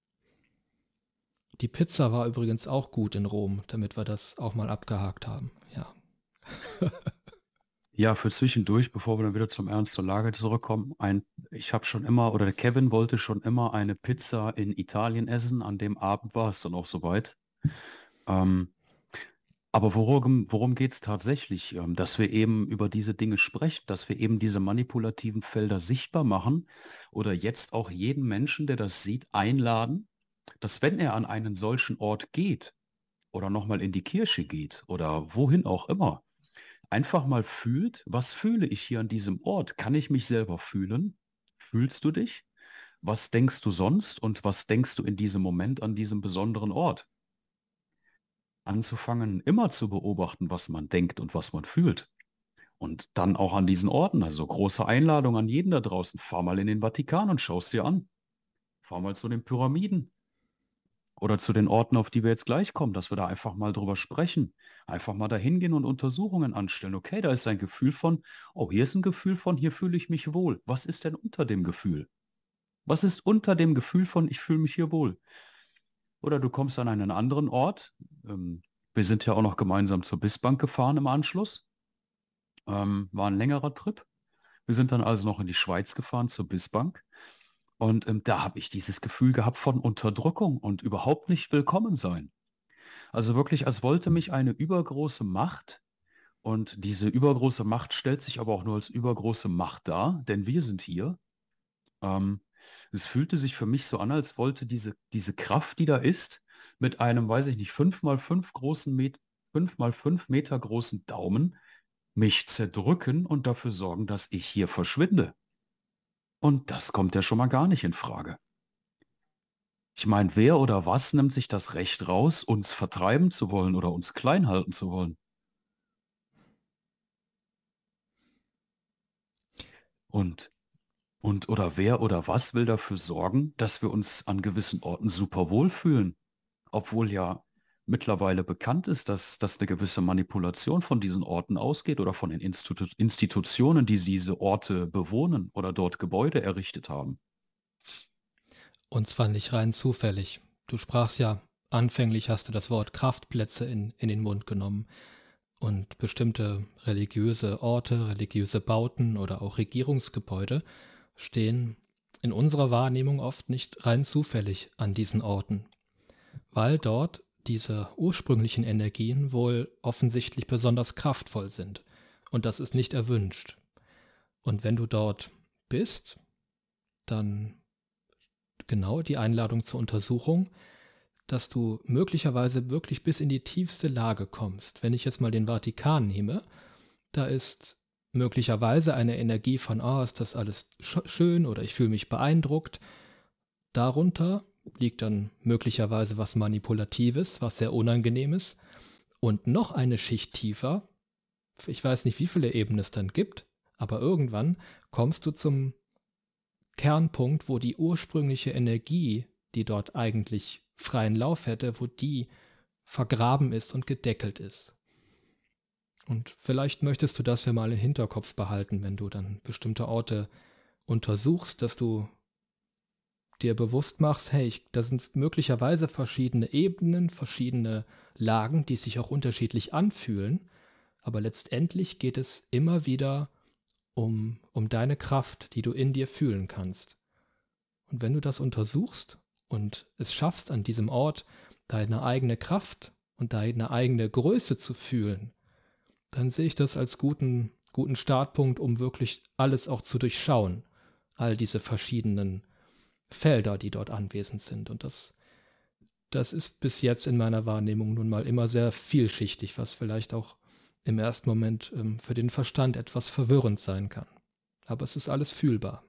Die Pizza war übrigens auch gut in Rom, damit wir das auch mal abgehakt haben. Ja. Ja, für zwischendurch, bevor wir dann wieder zum Ernst der Lage zurückkommen, ich habe schon immer, oder der Kevin wollte schon immer eine Pizza in Italien essen. An dem Abend war es dann auch soweit. Ähm, aber worum geht es tatsächlich? Dass wir eben über diese Dinge sprechen, dass wir eben diese manipulativen Felder sichtbar machen oder jetzt auch jeden Menschen, der das sieht, einladen, dass wenn er an einen solchen Ort geht oder nochmal in die Kirche geht oder wohin auch immer, einfach mal fühlt, was fühle ich hier an diesem Ort? Kann ich mich selber fühlen? Fühlst du dich? Was denkst du sonst und was denkst du in diesem Moment an diesem besonderen Ort? Anzufangen, immer zu beobachten, was man denkt und was man fühlt. Und dann auch an diesen Orten, also große Einladung an jeden da draußen, fahr mal in den Vatikan und schau es dir an. Fahr mal zu den Pyramiden oder zu den Orten, auf die wir jetzt gleich kommen, dass wir da einfach mal drüber sprechen. Einfach mal dahin gehen und Untersuchungen anstellen. Okay, da ist ein Gefühl von, oh, hier ist ein Gefühl von, hier fühle ich mich wohl. Was ist denn unter dem Gefühl? Was ist unter dem Gefühl von, ich fühle mich hier wohl? Oder du kommst an einen anderen Ort. Wir sind ja auch noch gemeinsam zur Bissbank gefahren im Anschluss. War ein längerer Trip. Wir sind dann also noch in die Schweiz gefahren zur Bissbank. Und da habe ich dieses Gefühl gehabt von Unterdrückung und überhaupt nicht willkommen sein. Also wirklich, als wollte mich eine übergroße Macht, und diese übergroße Macht stellt sich aber auch nur als übergroße Macht dar, denn wir sind hier. Ähm, Es fühlte sich für mich so an, als wollte diese Kraft, die da ist, mit einem, weiß ich nicht, 5 mal 5 Meter großen Daumen mich zerdrücken und dafür sorgen, dass ich hier verschwinde. Und das kommt ja schon mal gar nicht in Frage. Ich meine, wer oder was nimmt sich das Recht raus, uns vertreiben zu wollen oder uns klein halten zu wollen? Und, oder wer oder was will dafür sorgen, dass wir uns an gewissen Orten super wohlfühlen? Obwohl ja mittlerweile bekannt ist, dass eine gewisse Manipulation von diesen Orten ausgeht oder von den Institutionen, die diese Orte bewohnen oder dort Gebäude errichtet haben. Und zwar nicht rein zufällig. Du sprachst ja, anfänglich hast du das Wort Kraftplätze in den Mund genommen. Und bestimmte religiöse Orte, religiöse Bauten oder auch Regierungsgebäude stehen in unserer Wahrnehmung oft nicht rein zufällig an diesen Orten, weil dort diese ursprünglichen Energien wohl offensichtlich besonders kraftvoll sind. Und das ist nicht erwünscht. Und wenn du dort bist, dann genau die Einladung zur Untersuchung, dass du möglicherweise wirklich bis in die tiefste Lage kommst. Wenn ich jetzt mal den Vatikan nehme, da ist möglicherweise eine Energie von, ist das alles schön oder ich fühle mich beeindruckt. Darunter liegt dann möglicherweise was Manipulatives, was sehr Unangenehmes. Und noch eine Schicht tiefer, ich weiß nicht, wie viele Ebenen es dann gibt, aber irgendwann kommst du zum Kernpunkt, wo die ursprüngliche Energie, die dort eigentlich freien Lauf hätte, wo die vergraben ist und gedeckelt ist. Und vielleicht möchtest du das ja mal im Hinterkopf behalten, wenn du dann bestimmte Orte untersuchst, dass du dir bewusst machst, hey, da sind möglicherweise verschiedene Ebenen, verschiedene Lagen, die sich auch unterschiedlich anfühlen, aber letztendlich geht es immer wieder um deine Kraft, die du in dir fühlen kannst. Und wenn du das untersuchst und es schaffst, an diesem Ort deine eigene Kraft und deine eigene Größe zu fühlen, dann sehe ich das als guten Startpunkt, um wirklich alles auch zu durchschauen. All diese verschiedenen Felder, die dort anwesend sind. Und das ist bis jetzt in meiner Wahrnehmung nun mal immer sehr vielschichtig, was vielleicht auch im ersten Moment für den Verstand etwas verwirrend sein kann. Aber es ist alles fühlbar.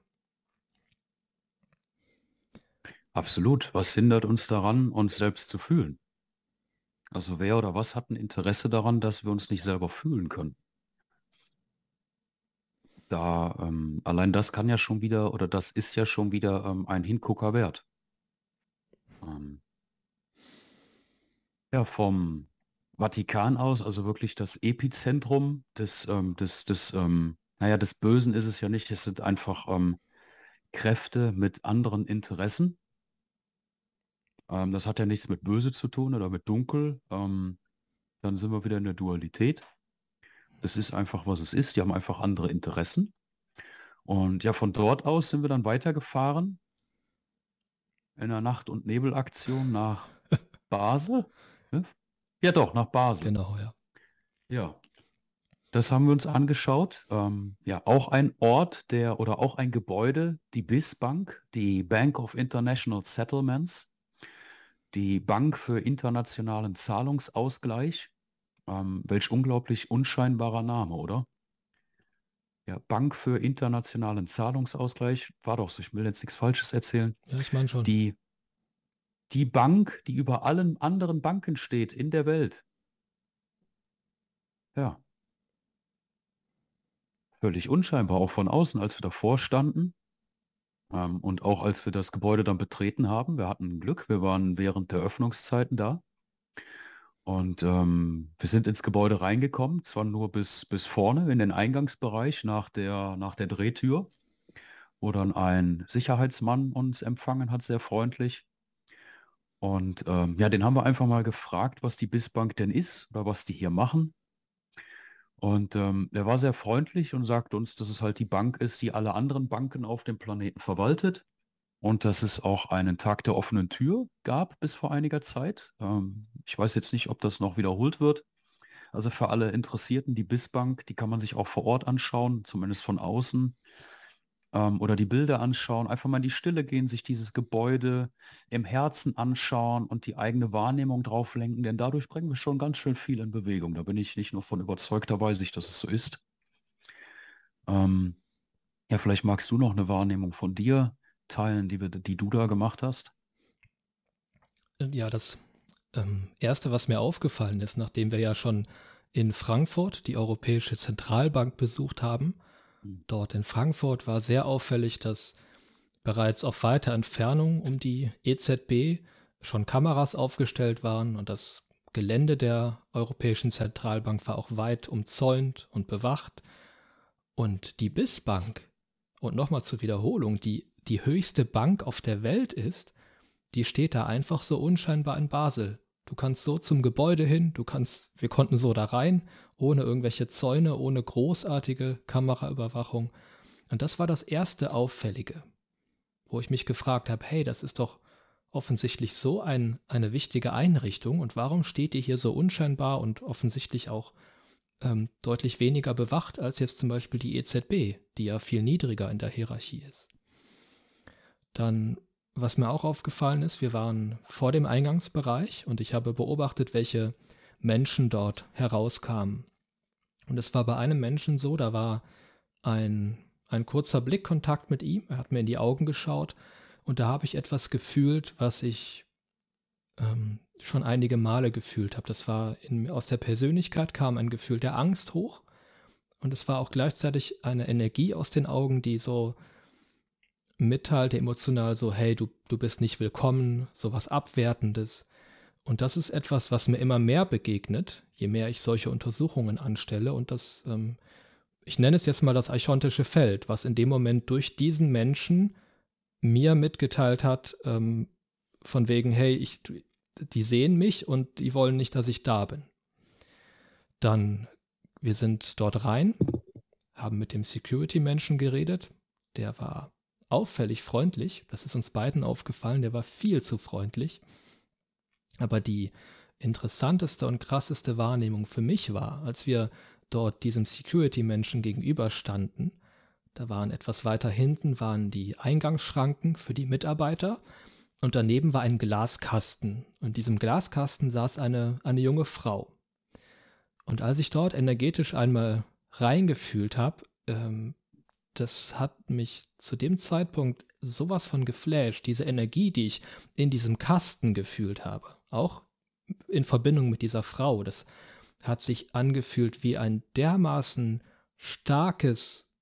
Absolut. Was hindert uns daran, uns selbst zu fühlen? Also wer oder was hat ein Interesse daran, dass wir uns nicht selber fühlen können? Allein das kann ja schon wieder, oder das ist ja schon wieder ein Hingucker wert. Ähm, ja, Vatikan aus, also wirklich das Epizentrum des Bösen ist es ja nicht, es sind einfach Kräfte mit anderen Interessen. Das hat ja nichts mit Böse zu tun oder mit Dunkel. Dann sind wir wieder in der Dualität. Es ist einfach, was es ist. Die haben einfach andere Interessen. Und ja, von dort aus sind wir dann weitergefahren in einer Nacht- und Nebelaktion nach Basel. Ne? Ja, doch, nach Basel. Genau, ja. Ja, das haben wir uns angeschaut. Ja, auch ein Ort, oder auch ein Gebäude, die BIS-Bank, die Bank of International Settlements, die Bank für internationalen Zahlungsausgleich. Welch unglaublich unscheinbarer Name, oder? Ja, Bank für internationalen Zahlungsausgleich. War doch so, ich will jetzt nichts Falsches erzählen. Ja, ich meine schon. Die, die Bank, die über allen anderen Banken steht in der Welt. Ja, völlig unscheinbar, auch von außen, als wir davor standen. Und auch als wir das Gebäude dann betreten haben. Wir hatten Glück, wir waren während der Öffnungszeiten da. Und wir sind ins Gebäude reingekommen, zwar nur bis vorne in den Eingangsbereich nach der Drehtür, wo dann ein Sicherheitsmann uns empfangen hat, sehr freundlich. Und ja, den haben wir einfach mal gefragt, was die BIS-Bank denn ist oder was die hier machen. Und er war sehr freundlich und sagte uns, dass es halt die Bank ist, die alle anderen Banken auf dem Planeten verwaltet. Und dass es auch einen Tag der offenen Tür gab bis vor einiger Zeit. Ich weiß jetzt nicht, ob das noch wiederholt wird. Also für alle Interessierten, die BIS-Bank, die kann man sich auch vor Ort anschauen, zumindest von außen. Oder die Bilder anschauen, einfach mal in die Stille gehen, sich dieses Gebäude im Herzen anschauen und die eigene Wahrnehmung drauf lenken, denn dadurch bringen wir schon ganz schön viel in Bewegung. Da bin ich nicht nur von überzeugt, da weiß ich, dass es so ist. Ähm, ja, vielleicht magst du noch eine Wahrnehmung von dir teilen, die du da gemacht hast. Ja, das Erste, was mir aufgefallen ist, nachdem wir ja schon in Frankfurt die Europäische Zentralbank besucht haben, Hm. dort in Frankfurt war sehr auffällig, dass bereits auf weiter Entfernung um die EZB schon Kameras aufgestellt waren und das Gelände der Europäischen Zentralbank war auch weit umzäunt und bewacht. Und die BIS-Bank, und nochmal zur Wiederholung, die höchste Bank auf der Welt ist, die steht da einfach so unscheinbar in Basel. Du kannst so zum Gebäude hin, wir konnten so da rein, ohne irgendwelche Zäune, ohne großartige Kameraüberwachung. Und das war das erste Auffällige, wo ich mich gefragt habe, hey, das ist doch offensichtlich so eine wichtige Einrichtung und warum steht die hier so unscheinbar und offensichtlich auch deutlich weniger bewacht als jetzt zum Beispiel die EZB, die ja viel niedriger in der Hierarchie ist. Dann, was mir auch aufgefallen ist, wir waren vor dem Eingangsbereich und ich habe beobachtet, welche Menschen dort herauskamen. Und es war bei einem Menschen so, da war ein kurzer Blickkontakt mit ihm, er hat mir in die Augen geschaut und da habe ich etwas gefühlt, was ich schon einige Male gefühlt habe. Das war aus der Persönlichkeit kam ein Gefühl der Angst hoch und es war auch gleichzeitig eine Energie aus den Augen, die so mitteilte emotional so, hey, du bist nicht willkommen, sowas Abwertendes. Und das ist etwas, was mir immer mehr begegnet, je mehr ich solche Untersuchungen anstelle und das, ich nenne es jetzt mal das archontische Feld, was in dem Moment durch diesen Menschen mir mitgeteilt hat, von wegen, hey, die sehen mich und die wollen nicht, dass ich da bin. Dann, wir sind dort rein, haben mit dem Security-Menschen geredet. Der war auffällig freundlich. Das ist uns beiden aufgefallen. Der war viel zu freundlich. Aber die interessanteste und krasseste Wahrnehmung für mich war, als wir dort diesem Security-Menschen gegenüberstanden, da waren etwas weiter hinten, waren die Eingangsschranken für die Mitarbeiter und daneben war ein Glaskasten. Und in diesem Glaskasten saß eine junge Frau. Und als ich dort energetisch einmal reingefühlt habe, das hat mich zu dem Zeitpunkt sowas von geflasht, diese Energie, die ich in diesem Kasten gefühlt habe, auch in Verbindung mit dieser Frau, das hat sich angefühlt wie ein dermaßen starkes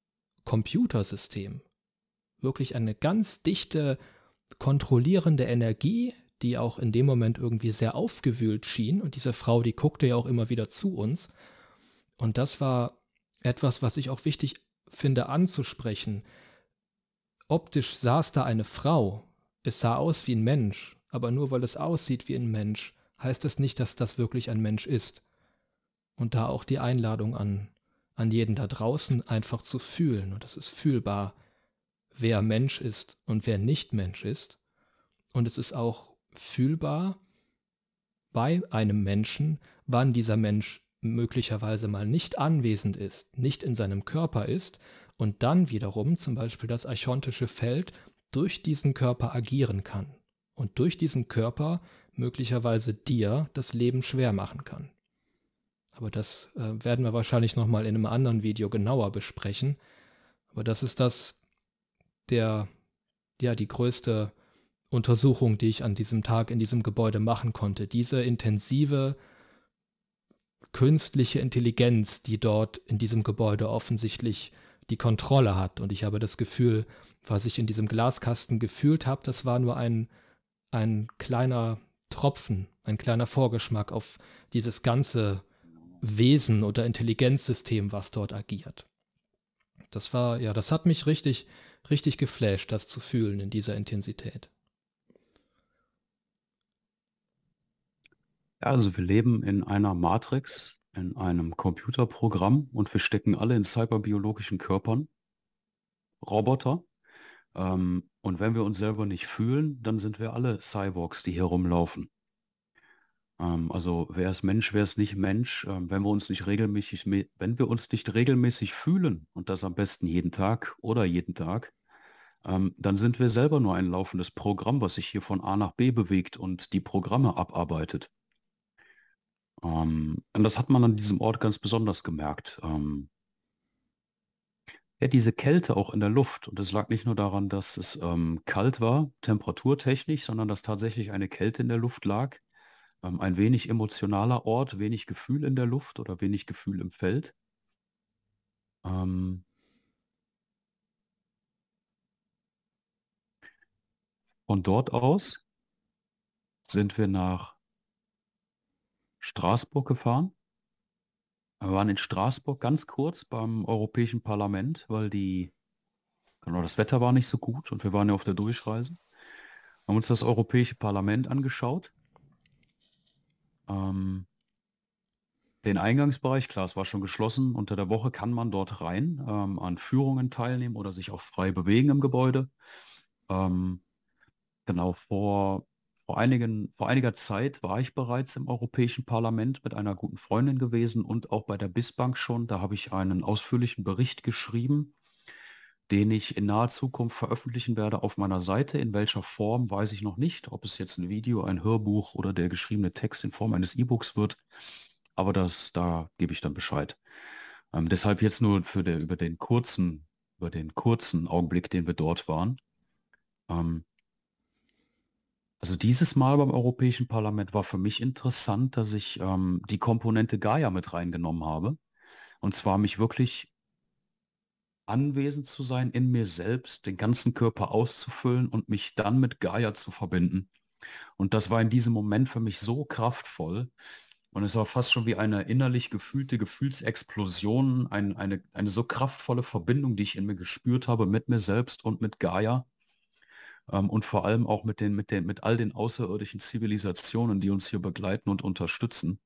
Computersystem. Wirklich eine ganz dichte, kontrollierende Energie, die auch in dem Moment irgendwie sehr aufgewühlt schien. Und diese Frau, die guckte ja auch immer wieder zu uns. Und das war etwas, was ich auch wichtig finde anzusprechen. Optisch saß da eine Frau. Es sah aus wie ein Mensch. Aber nur weil es aussieht wie ein Mensch, heißt es nicht, dass das wirklich ein Mensch ist. Und da auch die Einladung an jeden da draußen einfach zu fühlen. Und das ist fühlbar, wer Mensch ist und wer nicht Mensch ist. Und es ist auch fühlbar bei einem Menschen, wann dieser Mensch möglicherweise mal nicht anwesend ist, nicht in seinem Körper ist und dann wiederum zum Beispiel das archontische Feld durch diesen Körper agieren kann und durch diesen Körper möglicherweise dir das Leben schwer machen kann. Aber das werden wir wahrscheinlich nochmal in einem anderen Video genauer besprechen. Aber das ist die größte Untersuchung, die ich an diesem Tag in diesem Gebäude machen konnte. Diese intensive künstliche Intelligenz, die dort in diesem Gebäude offensichtlich die Kontrolle hat. Und ich habe das Gefühl, was ich in diesem Glaskasten gefühlt habe, das war nur ein kleiner Tropfen, ein kleiner Vorgeschmack auf dieses ganze Wesen oder Intelligenzsystem, was dort agiert. Das hat mich richtig, richtig geflasht, das zu fühlen in dieser Intensität. Ja, also wir leben in einer Matrix, in einem Computerprogramm und wir stecken alle in cyberbiologischen Körpern, Roboter. Und wenn wir uns selber nicht fühlen, dann sind wir alle Cyborgs, die hier rumlaufen. Also wer ist Mensch, wer ist nicht Mensch? Wenn wir uns nicht regelmäßig fühlen und das am besten jeden Tag oder jeden Tag, dann sind wir selber nur ein laufendes Programm, was sich hier von A nach B bewegt und die Programme abarbeitet. Und das hat man an diesem Ort ganz besonders gemerkt. Ja, diese Kälte auch in der Luft. Und es lag nicht nur daran, dass es kalt war, temperaturtechnisch, sondern dass tatsächlich eine Kälte in der Luft lag. Ein wenig emotionaler Ort, wenig Gefühl in der Luft oder wenig Gefühl im Feld. Ähm, von dort aus sind wir nach Straßburg gefahren. Wir waren in Straßburg ganz kurz beim Europäischen Parlament, weil genau, das Wetter war nicht so gut und wir waren ja auf der Durchreise. Haben uns das Europäische Parlament angeschaut. Ähm, den Eingangsbereich, klar, es war schon geschlossen. Unter der Woche kann man dort rein, an Führungen teilnehmen oder sich auch frei bewegen im Gebäude. Ähm, genau, vor einiger Zeit war ich bereits im Europäischen Parlament mit einer guten Freundin gewesen und auch bei der BIS-Bank schon. Da habe ich einen ausführlichen Bericht geschrieben, den ich in naher Zukunft veröffentlichen werde auf meiner Seite. In welcher Form, weiß ich noch nicht. Ob es jetzt ein Video, ein Hörbuch oder der geschriebene Text in Form eines E-Books wird. Aber da gebe ich dann Bescheid. Deshalb jetzt nur über den kurzen Augenblick, den wir dort waren. Also dieses Mal beim Europäischen Parlament war für mich interessant, dass ich die Komponente Gaia mit reingenommen habe. Und zwar mich wirklich anwesend zu sein, in mir selbst, den ganzen Körper auszufüllen und mich dann mit Gaia zu verbinden. Und das war in diesem Moment für mich so kraftvoll. Und es war fast schon wie eine innerlich gefühlte Gefühlsexplosion, eine so kraftvolle Verbindung, die ich in mir gespürt habe mit mir selbst und mit Gaia. Und vor allem auch mit all den außerirdischen Zivilisationen, die uns hier begleiten und unterstützen.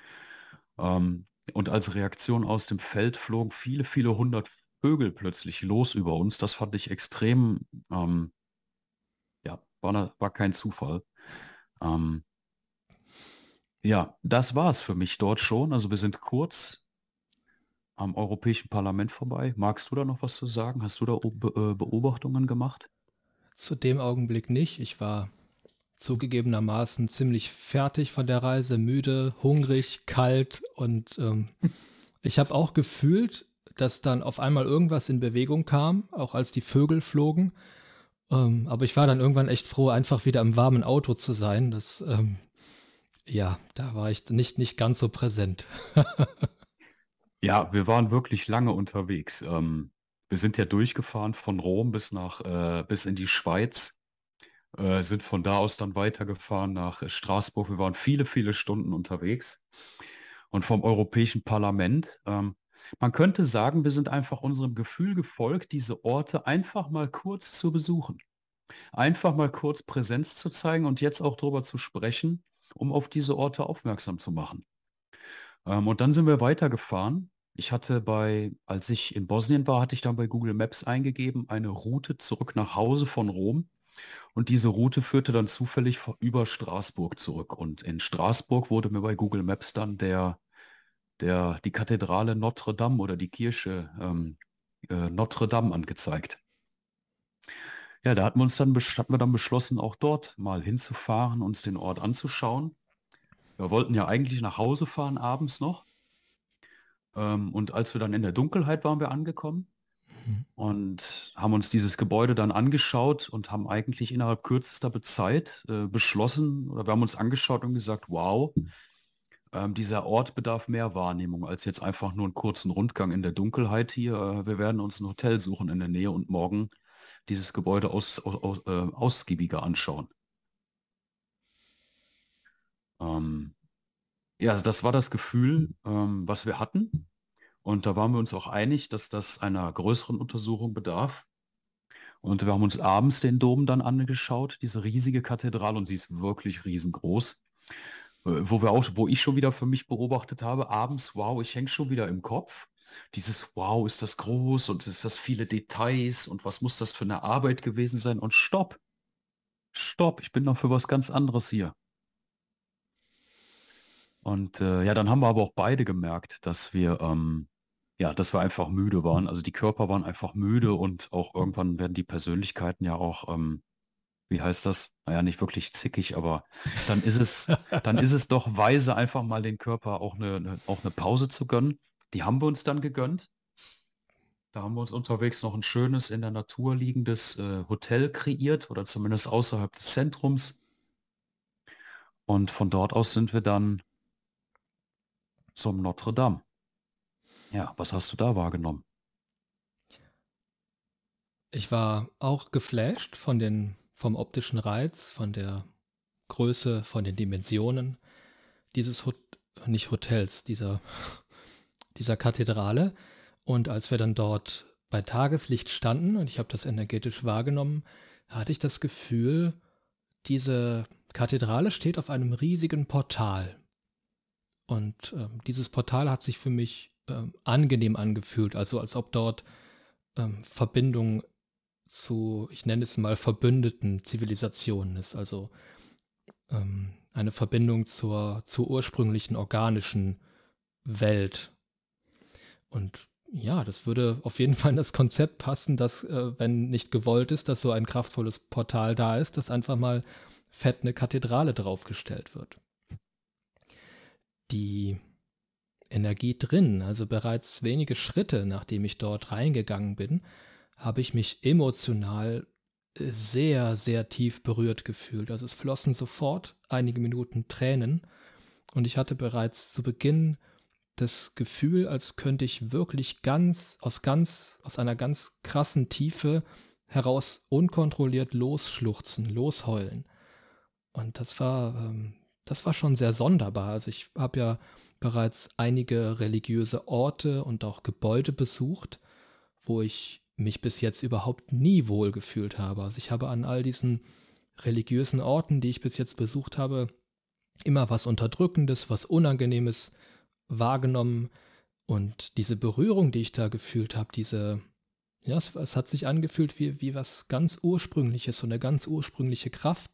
Und als Reaktion aus dem Feld flogen viele, viele hundert Vögel plötzlich los über uns. Das fand ich extrem, ja, war kein Zufall. Ähm, ja, das war es für mich dort schon. Also wir sind kurz am Europäischen Parlament vorbei. Magst du da noch was zu sagen? Hast du da Beobachtungen gemacht? Zu dem Augenblick nicht. Ich war zugegebenermaßen ziemlich fertig von der Reise, müde, hungrig, kalt und ich habe auch gefühlt, dass dann auf einmal irgendwas in Bewegung kam, auch als die Vögel flogen. Aber ich war dann irgendwann echt froh, einfach wieder im warmen Auto zu sein. Da war ich nicht ganz so präsent. Ja, wir waren wirklich lange unterwegs. Wir sind ja durchgefahren von Rom bis in die Schweiz. sind von da aus dann weitergefahren nach Straßburg. Wir waren viele, viele Stunden unterwegs und vom Europäischen Parlament. Man könnte sagen, wir sind einfach unserem Gefühl gefolgt, diese Orte einfach mal kurz zu besuchen, einfach mal kurz Präsenz zu zeigen und jetzt auch darüber zu sprechen, um auf diese Orte aufmerksam zu machen. Und dann sind wir weitergefahren. Als ich in Bosnien war, hatte ich dann bei Google Maps eingegeben, eine Route zurück nach Hause von Rom. Und diese Route führte dann zufällig über Straßburg zurück. Und in Straßburg wurde mir bei Google Maps dann die Kathedrale Notre Dame oder die Kirche Notre Dame angezeigt. Ja, da hatten wir dann beschlossen, auch dort mal hinzufahren, uns den Ort anzuschauen. Wir wollten ja eigentlich nach Hause fahren, abends noch. Und als wir dann in der Dunkelheit waren wir angekommen Mhm. und haben uns dieses Gebäude dann angeschaut und haben eigentlich innerhalb kürzester Zeit beschlossen, oder wir haben uns angeschaut und gesagt, wow, dieser Ort bedarf mehr Wahrnehmung als jetzt einfach nur einen kurzen Rundgang in der Dunkelheit hier. Wir werden uns ein Hotel suchen in der Nähe und morgen dieses Gebäude ausgiebiger anschauen. Ähm, ja, also das war das Gefühl, was wir hatten. Und da waren wir uns auch einig, dass das einer größeren Untersuchung bedarf. Und wir haben uns abends den Dom dann angeschaut, diese riesige Kathedrale, und sie ist wirklich riesengroß. Wo ich schon wieder für mich beobachtet habe, abends, wow, ich hänge schon wieder im Kopf. Dieses Wow, ist das groß und ist das viele Details und was muss das für eine Arbeit gewesen sein? Und stopp, stopp, ich bin noch für was ganz anderes hier. Und ja, dann haben wir aber auch beide gemerkt, dass wir einfach müde waren. Also die Körper waren einfach müde und auch irgendwann werden die Persönlichkeiten ja auch, wie heißt das? Naja, nicht wirklich zickig, aber dann ist es, dann ist es doch weise, einfach mal den Körper auch eine Pause zu gönnen. Die haben wir uns dann gegönnt. Da haben wir uns unterwegs noch ein schönes in der Natur liegendes Hotel kreiert oder zumindest außerhalb des Zentrums. Und von dort aus sind wir dann zum Notre Dame. Ja, was hast du da wahrgenommen? Ich war auch geflasht vom optischen Reiz, von der Größe, von den Dimensionen dieses nicht Hotels, dieser Kathedrale. Und als wir dann dort bei Tageslicht standen und ich habe das energetisch wahrgenommen, hatte ich das Gefühl, diese Kathedrale steht auf einem riesigen Portal. Und dieses Portal hat sich für mich angenehm angefühlt, also als ob dort Verbindung zu, ich nenne es mal, verbündeten Zivilisationen ist, also eine Verbindung zur ursprünglichen organischen Welt. Und ja, das würde auf jeden Fall in das Konzept passen, dass, wenn nicht gewollt ist, dass so ein kraftvolles Portal da ist, dass einfach mal fett eine Kathedrale draufgestellt wird. Die Energie drin, also bereits wenige Schritte, nachdem ich dort reingegangen bin, habe ich mich emotional sehr, sehr tief berührt gefühlt. Also es flossen sofort einige Minuten Tränen und ich hatte bereits zu Beginn das Gefühl, als könnte ich wirklich aus einer ganz krassen Tiefe heraus unkontrolliert losschluchzen, losheulen. Und das war schon sehr sonderbar. Also ich habe ja bereits einige religiöse Orte und auch Gebäude besucht, wo ich mich bis jetzt überhaupt nie wohl gefühlt habe. Also ich habe an all diesen religiösen Orten, die ich bis jetzt besucht habe, immer was Unterdrückendes, was Unangenehmes wahrgenommen. Und diese Berührung, die ich da gefühlt habe, es hat sich angefühlt wie was ganz Ursprüngliches, so eine ganz ursprüngliche Kraft,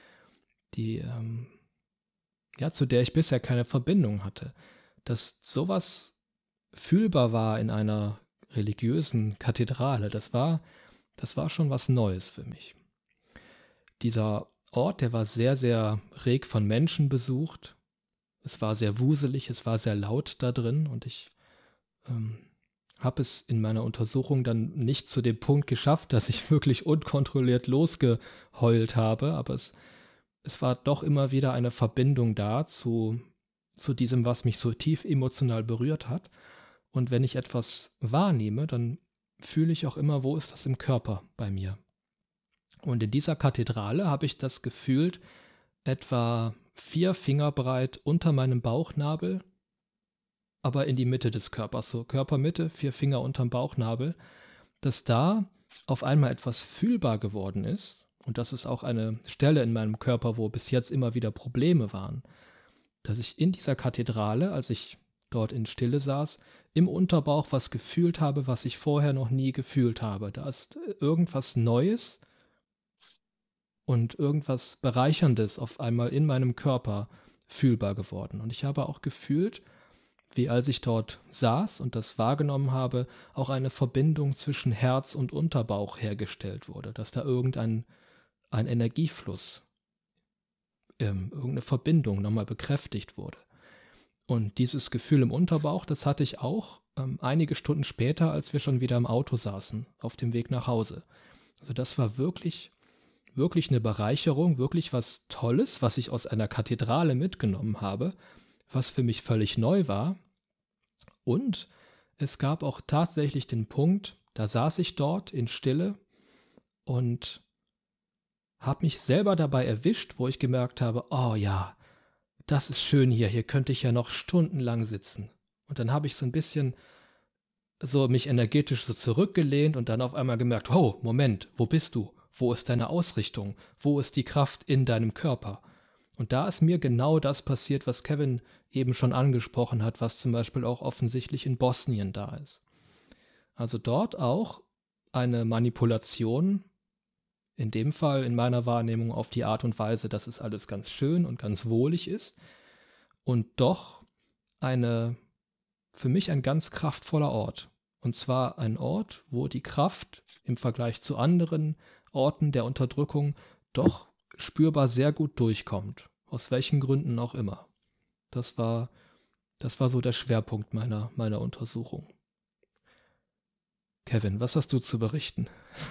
zu der ich bisher keine Verbindung hatte. Dass sowas fühlbar war in einer religiösen Kathedrale, das war schon was Neues für mich. Dieser Ort, der war sehr, sehr reg von Menschen besucht. Es war sehr wuselig, es war sehr laut da drin und ich habe es in meiner Untersuchung dann nicht zu dem Punkt geschafft, dass ich wirklich unkontrolliert losgeheult habe, aber es war doch immer wieder eine Verbindung da zu diesem, was mich so tief emotional berührt hat. Und wenn ich etwas wahrnehme, dann fühle ich auch immer, wo ist das im Körper bei mir. Und in dieser Kathedrale habe ich das gefühlt, etwa 4 Finger breit unter meinem Bauchnabel, aber in die Mitte des Körpers, so Körpermitte, 4 Finger unterm Bauchnabel, dass da auf einmal etwas fühlbar geworden ist. Und das ist auch eine Stelle in meinem Körper, wo bis jetzt immer wieder Probleme waren, dass ich in dieser Kathedrale, als ich dort in Stille saß, im Unterbauch was gefühlt habe, was ich vorher noch nie gefühlt habe. Da ist irgendwas Neues und irgendwas Bereicherndes auf einmal in meinem Körper fühlbar geworden. Und ich habe auch gefühlt, wie als ich dort saß und das wahrgenommen habe, auch eine Verbindung zwischen Herz und Unterbauch hergestellt wurde, dass da ein Energiefluss, irgendeine Verbindung nochmal bekräftigt wurde. Und dieses Gefühl im Unterbauch, das hatte ich auch einige Stunden später, als wir schon wieder im Auto saßen, auf dem Weg nach Hause. Also das war wirklich, wirklich eine Bereicherung, wirklich was Tolles, was ich aus einer Kathedrale mitgenommen habe, was für mich völlig neu war. Und es gab auch tatsächlich den Punkt, da saß ich dort in Stille und habe mich selber dabei erwischt, wo ich gemerkt habe, oh ja, das ist schön hier könnte ich ja noch stundenlang sitzen. Und dann habe ich so ein bisschen so mich energetisch so zurückgelehnt und dann auf einmal gemerkt, oh, Moment, wo bist du? Wo ist deine Ausrichtung? Wo ist die Kraft in deinem Körper? Und da ist mir genau das passiert, was Kevin eben schon angesprochen hat, was zum Beispiel auch offensichtlich in Bosnien da ist. Also dort auch eine Manipulation, in dem Fall in meiner Wahrnehmung auf die Art und Weise, dass es alles ganz schön und ganz wohlig ist und doch für mich ein ganz kraftvoller Ort. Und zwar ein Ort, wo die Kraft im Vergleich zu anderen Orten der Unterdrückung doch spürbar sehr gut durchkommt. Aus welchen Gründen auch immer. Das war so der Schwerpunkt meiner Untersuchung. Kevin, was hast du zu berichten?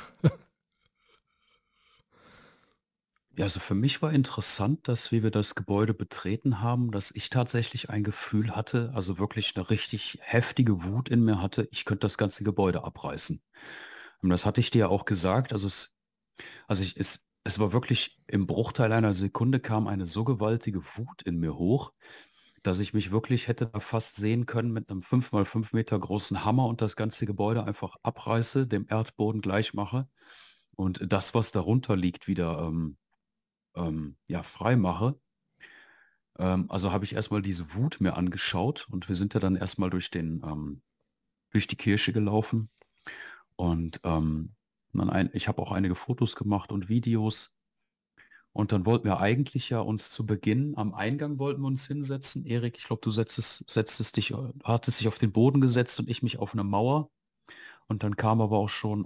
Ja, also für mich war interessant, dass, wie wir das Gebäude betreten haben, dass ich tatsächlich ein Gefühl hatte, also wirklich eine richtig heftige Wut in mir hatte, ich könnte das ganze Gebäude abreißen. Und das hatte ich dir ja auch gesagt. Es war wirklich im Bruchteil einer Sekunde kam eine so gewaltige Wut in mir hoch, dass ich mich wirklich hätte da fast sehen können mit einem 5 mal 5 Meter großen Hammer und das ganze Gebäude einfach abreiße, dem Erdboden gleich mache und das, was darunter liegt, wieder ja, frei mache. Also habe ich erstmal diese Wut mir angeschaut und wir sind ja dann erstmal durch die Kirche gelaufen und ich habe auch einige Fotos gemacht und Videos. Und dann wollten wir eigentlich ja uns zu Beginn am Eingang wollten wir uns hinsetzen. Erik, ich glaube, du hattest dich auf den Boden gesetzt und ich mich auf eine Mauer. Und dann kam aber auch schon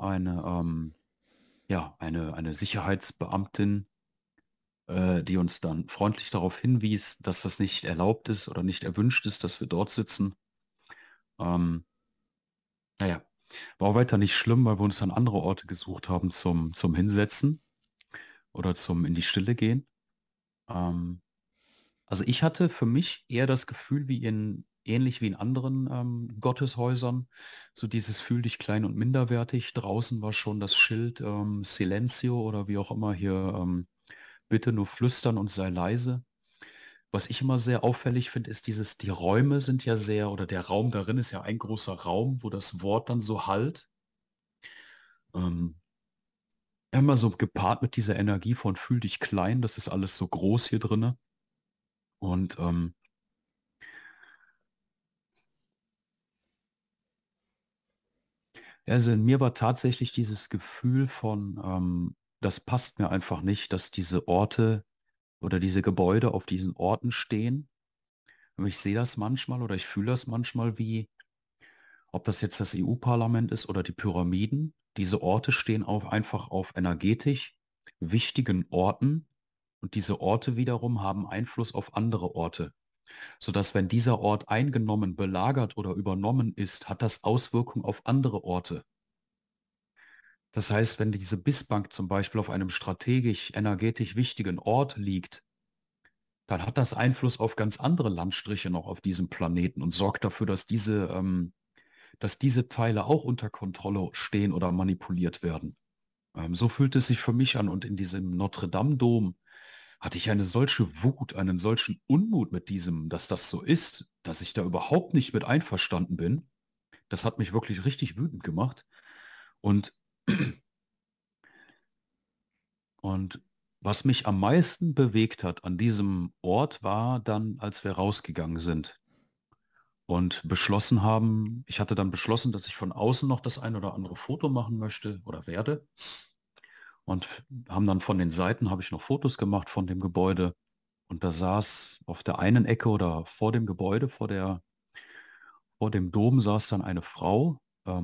eine Sicherheitsbeamtin, die uns dann freundlich darauf hinwies, dass das nicht erlaubt ist oder nicht erwünscht ist, dass wir dort sitzen. Ähm, naja, war auch weiter nicht schlimm, weil wir uns dann andere Orte gesucht haben zum Hinsetzen oder zum in die Stille gehen. Ähm, Also ich hatte für mich eher das Gefühl ähnlich wie in anderen Gotteshäusern, so dieses Fühl dich klein und minderwertig. Draußen war schon das Schild Silencio oder wie auch immer hier, bitte nur flüstern und sei leise. Was ich immer sehr auffällig finde, ist die Räume sind ja sehr, oder der Raum darin ist ja ein großer Raum, wo das Wort dann so hallt. Ähm, Immer so gepaart mit dieser Energie von fühl dich klein, das ist alles so groß hier drinne. Und also in mir war tatsächlich dieses Gefühl von, das passt mir einfach nicht, dass diese Orte oder diese Gebäude auf diesen Orten stehen. Aber ich sehe das manchmal oder ich fühle das manchmal wie, ob das jetzt das EU-Parlament ist oder die Pyramiden. Diese Orte stehen einfach auf energetisch wichtigen Orten und diese Orte wiederum haben Einfluss auf andere Orte, sodass wenn dieser Ort eingenommen, belagert oder übernommen ist, hat das Auswirkungen auf andere Orte. Das heißt, wenn diese Bissbank zum Beispiel auf einem strategisch, energetisch wichtigen Ort liegt, dann hat das Einfluss auf ganz andere Landstriche noch auf diesem Planeten und sorgt dafür, dass diese Teile auch unter Kontrolle stehen oder manipuliert werden. So fühlt es sich für mich an. Und in diesem Notre-Dame-Dom hatte ich eine solche Wut, einen solchen Unmut mit diesem, dass das so ist, dass ich da überhaupt nicht mit einverstanden bin. Das hat mich wirklich richtig wütend gemacht. Und, und was mich am meisten bewegt hat an diesem Ort war dann, als wir rausgegangen sind und beschlossen haben, ich hatte dann beschlossen, dass ich von außen noch das ein oder andere Foto machen möchte oder werde. Und haben dann von den Seiten, habe ich noch Fotos gemacht von dem Gebäude. Und da saß auf der einen Ecke oder vor dem Gebäude, vor dem Dom saß dann eine Frau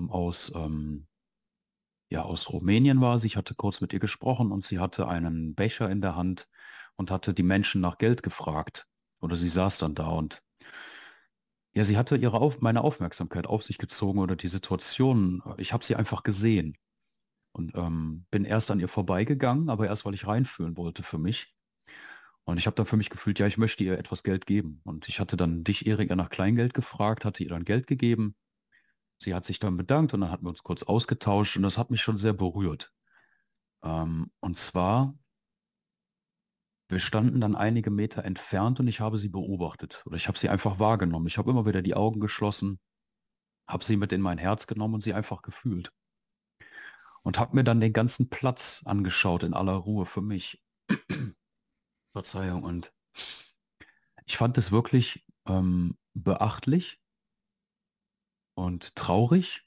ja, aus Rumänien war sie. Ich hatte kurz mit ihr gesprochen und sie hatte einen Becher in der Hand und hatte die Menschen nach Geld gefragt. Oder sie saß dann da und ja, sie hatte meine Aufmerksamkeit auf sich gezogen oder die Situation. Ich habe sie einfach gesehen und bin erst an ihr vorbeigegangen, aber erst, weil ich reinfühlen wollte für mich. Und ich habe dann für mich gefühlt, ja, ich möchte ihr etwas Geld geben. Und ich hatte dann dich, Erik, ja nach Kleingeld gefragt, hatte ihr dann Geld gegeben. Sie hat sich dann bedankt und dann hatten wir uns kurz ausgetauscht und das hat mich schon sehr berührt. Und zwar, wir standen dann einige Meter entfernt und ich habe sie beobachtet oder ich habe sie einfach wahrgenommen. Ich habe immer wieder die Augen geschlossen, habe sie mit in mein Herz genommen und sie einfach gefühlt. Und habe mir dann den ganzen Platz angeschaut in aller Ruhe für mich. Verzeihung. Und ich fand es wirklich beachtlich und traurig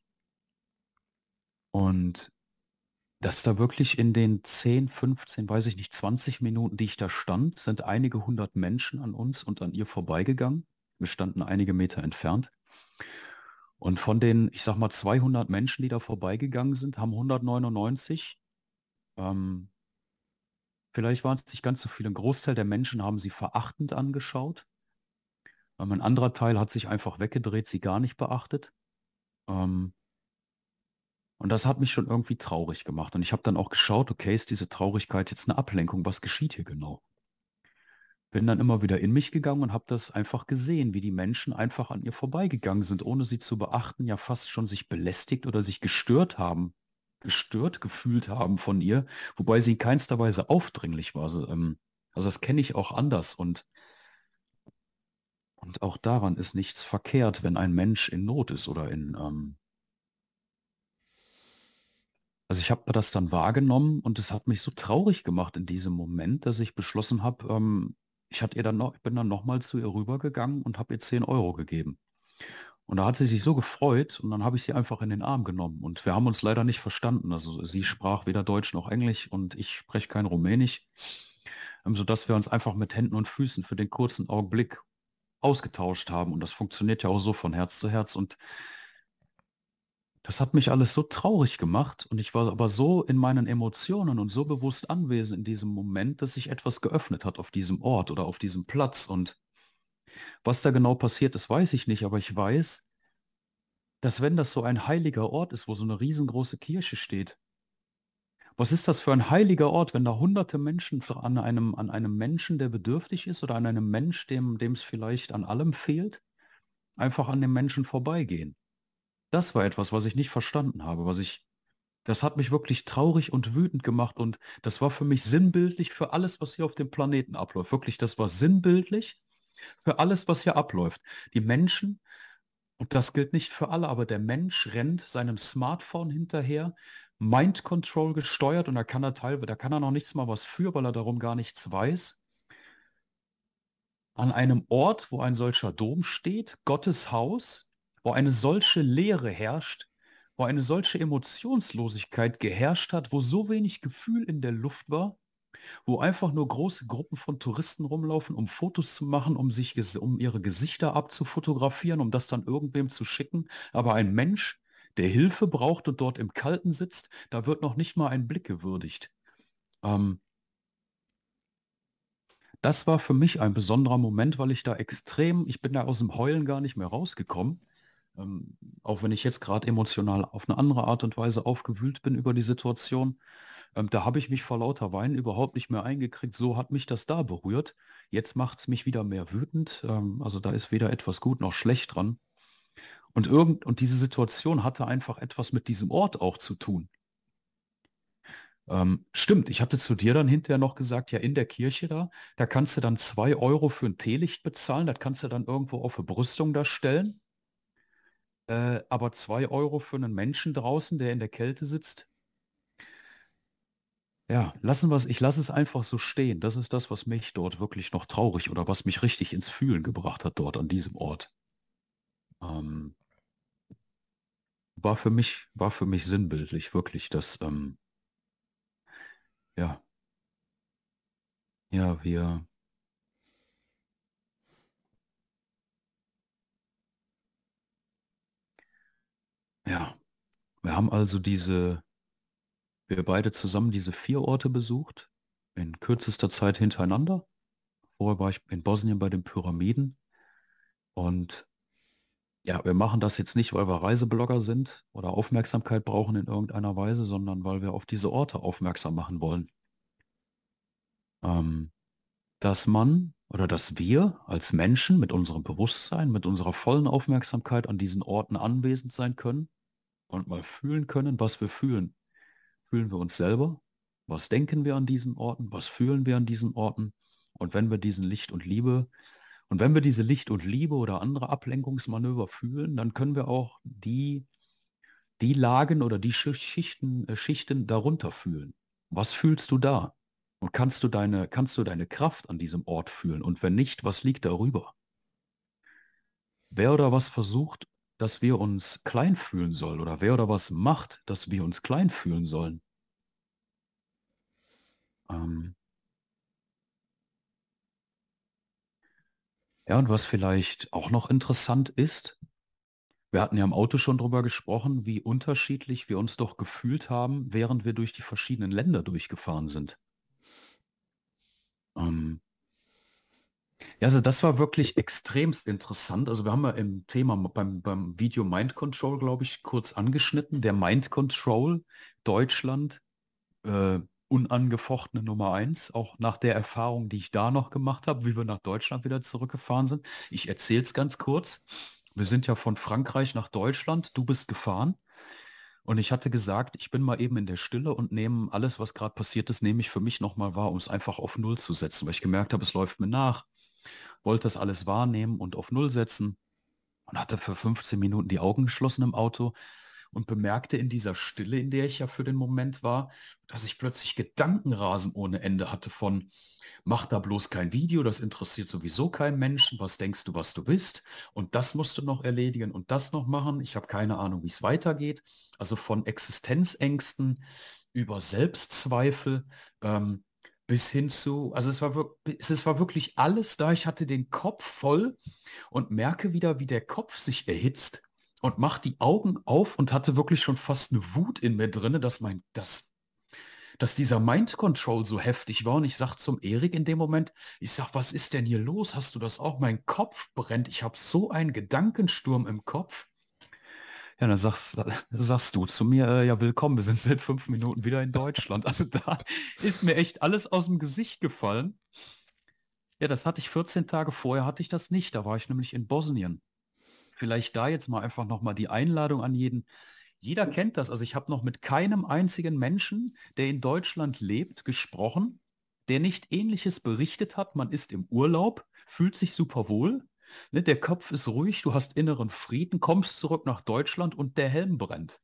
und dass da wirklich in den 10, 15, weiß ich nicht, 20 Minuten, die ich da stand, sind einige hundert Menschen an uns und an ihr vorbeigegangen. Wir standen einige Meter entfernt. Und von den, ich sag mal, 200 Menschen, die da vorbeigegangen sind, haben 199, ähm, vielleicht waren es nicht ganz so viele, ein Großteil der Menschen haben sie verachtend angeschaut. Ein anderer Teil hat sich einfach weggedreht, sie gar nicht beachtet. Ähm, und das hat mich schon irgendwie traurig gemacht. Und ich habe dann auch geschaut, okay, ist diese Traurigkeit jetzt eine Ablenkung? Was geschieht hier genau? Bin dann immer wieder in mich gegangen und habe das einfach gesehen, wie die Menschen einfach an ihr vorbeigegangen sind, ohne sie zu beachten, ja fast schon sich belästigt oder sich gestört gefühlt haben von ihr, wobei sie in keinster Weise aufdringlich war. Also das kenne ich auch anders und auch daran ist nichts verkehrt, wenn ein Mensch in Not ist oder also ich habe das dann wahrgenommen und es hat mich so traurig gemacht in diesem Moment, dass ich beschlossen habe, ich bin dann nochmal zu ihr rübergegangen und habe ihr 10 Euro gegeben. Und da hat sie sich so gefreut und dann habe ich sie einfach in den Arm genommen. Und wir haben uns leider nicht verstanden. Also sie sprach weder Deutsch noch Englisch und ich spreche kein Rumänisch, sodass wir uns einfach mit Händen und Füßen für den kurzen Augenblick ausgetauscht haben. Und das funktioniert ja auch so von Herz zu Herz. Und das hat mich alles so traurig gemacht und ich war aber so in meinen Emotionen und so bewusst anwesend in diesem Moment, dass sich etwas geöffnet hat auf diesem Ort oder auf diesem Platz. Und was da genau passiert ist, weiß ich nicht, aber ich weiß, dass wenn das so ein heiliger Ort ist, wo so eine riesengroße Kirche steht, was ist das für ein heiliger Ort, wenn da hunderte Menschen an einem Menschen, der bedürftig ist oder an einem Mensch, dem es vielleicht an allem fehlt, einfach an dem Menschen vorbeigehen. Das war etwas, was ich nicht verstanden habe, das hat mich wirklich traurig und wütend gemacht und das war für mich sinnbildlich für alles, was hier auf dem Planeten abläuft. Wirklich, das war sinnbildlich für alles, was hier abläuft. Die Menschen, und das gilt nicht für alle, aber der Mensch rennt seinem Smartphone hinterher, Mind Control gesteuert und da kann er noch nichts mal was für, weil er darum gar nichts weiß. An einem Ort, wo ein solcher Dom steht, Gottes Haus, wo eine solche Leere herrscht, wo eine solche Emotionslosigkeit geherrscht hat, wo so wenig Gefühl in der Luft war, wo einfach nur große Gruppen von Touristen rumlaufen, um Fotos zu machen, um ihre Gesichter abzufotografieren, um das dann irgendwem zu schicken. Aber ein Mensch, der Hilfe braucht und dort im Kalten sitzt, da wird noch nicht mal ein Blick gewürdigt. Ähm, Das war für mich ein besonderer Moment, weil ich bin da aus dem Heulen gar nicht mehr rausgekommen. Auch wenn ich jetzt gerade emotional auf eine andere Art und Weise aufgewühlt bin über die Situation. Da habe ich mich vor lauter Weinen überhaupt nicht mehr eingekriegt. So hat mich das da berührt. Jetzt macht es mich wieder mehr wütend. Also da ist weder etwas gut noch schlecht dran. Und diese Situation hatte einfach etwas mit diesem Ort auch zu tun. Stimmt, ich hatte zu dir dann hinterher noch gesagt, ja, in der Kirche da kannst du dann 2 € für ein Teelicht bezahlen, das kannst du dann irgendwo auf eine Brüstung da stellen. Aber 2 € für einen Menschen draußen, der in der Kälte sitzt, ja, ich lasse es einfach so stehen. Das ist das, was mich dort wirklich noch traurig oder was mich richtig ins Fühlen gebracht hat dort an diesem Ort. Ähm, war für mich sinnbildlich, wirklich, ja, ja, ja, wir haben also wir beide zusammen diese 4 Orte besucht, in kürzester Zeit hintereinander. Vorher war ich in Bosnien bei den Pyramiden und ja, wir machen das jetzt nicht, weil wir Reiseblogger sind oder Aufmerksamkeit brauchen in irgendeiner Weise, sondern weil wir auf diese Orte aufmerksam machen wollen. Ähm, Dass man oder dass wir als Menschen mit unserem Bewusstsein, mit unserer vollen Aufmerksamkeit an diesen Orten anwesend sein können und mal fühlen können, was wir fühlen. Fühlen wir uns selber? Was denken wir an diesen Orten? Was fühlen wir an diesen Orten? Und wenn wir wenn wir diese Licht und Liebe oder andere Ablenkungsmanöver fühlen, dann können wir auch die Lagen oder die Schichten darunter fühlen. Was fühlst du da? Und kannst du deine Kraft an diesem Ort fühlen? Und wenn nicht, was liegt darüber? Wer oder was versucht, dass wir uns klein fühlen sollen? Oder wer oder was macht, dass wir uns klein fühlen sollen? Ähm, ja, und was vielleicht auch noch interessant ist, wir hatten ja im Auto schon drüber gesprochen, wie unterschiedlich wir uns doch gefühlt haben, während wir durch die verschiedenen Länder durchgefahren sind. Ähm, Ja, also das war wirklich extremst interessant. Also wir haben ja im Thema beim Video Mind Control, glaube ich, kurz angeschnitten. Der Mind Control Deutschland, äh, unangefochtene Nummer eins, auch nach der Erfahrung, die ich da noch gemacht habe, wie wir nach Deutschland wieder zurückgefahren sind. Ich erzähle es ganz kurz. Wir sind ja von Frankreich nach Deutschland. Du bist gefahren. Und ich hatte gesagt, ich bin mal eben in der Stille und nehme alles, was gerade passiert ist, nehme ich für mich nochmal wahr, um es einfach auf Null zu setzen, weil ich gemerkt habe, es läuft mir nach, wollte das alles wahrnehmen und auf Null setzen und hatte für 15 Minuten die Augen geschlossen im Auto und bemerkte in dieser Stille, in der ich ja für den Moment war, dass ich plötzlich Gedankenrasen ohne Ende hatte von, mach da bloß kein Video, das interessiert sowieso keinen Menschen, was denkst du, was du bist? Und das musst du noch erledigen und das noch machen. Ich habe keine Ahnung, wie es weitergeht. Also von Existenzängsten über Selbstzweifel, ähm, bis hin zu, also es war wirklich alles da. Ich hatte den Kopf voll und merke wieder, wie der Kopf sich erhitzt und mache die Augen auf und hatte wirklich schon fast eine Wut in mir drinne, dass dieser Mind Control so heftig war. Und ich sag zum Erik in dem Moment, ich sag, was ist denn hier los? Hast du das auch? Mein Kopf brennt. Ich habe so einen Gedankensturm im Kopf. Ja, sagst du zu mir, ja, willkommen, wir sind seit 5 Minuten wieder in Deutschland. Also da ist mir echt alles aus dem Gesicht gefallen. Ja, das hatte ich 14 Tage vorher, hatte ich das nicht. Da war ich nämlich in Bosnien. Vielleicht da jetzt mal einfach nochmal die Einladung an jeden. Jeder kennt das. Also ich habe noch mit keinem einzigen Menschen, der in Deutschland lebt, gesprochen, der nicht Ähnliches berichtet hat. Man ist im Urlaub, fühlt sich super wohl, ne, der Kopf ist ruhig, du hast inneren Frieden, kommst zurück nach Deutschland und der Helm brennt.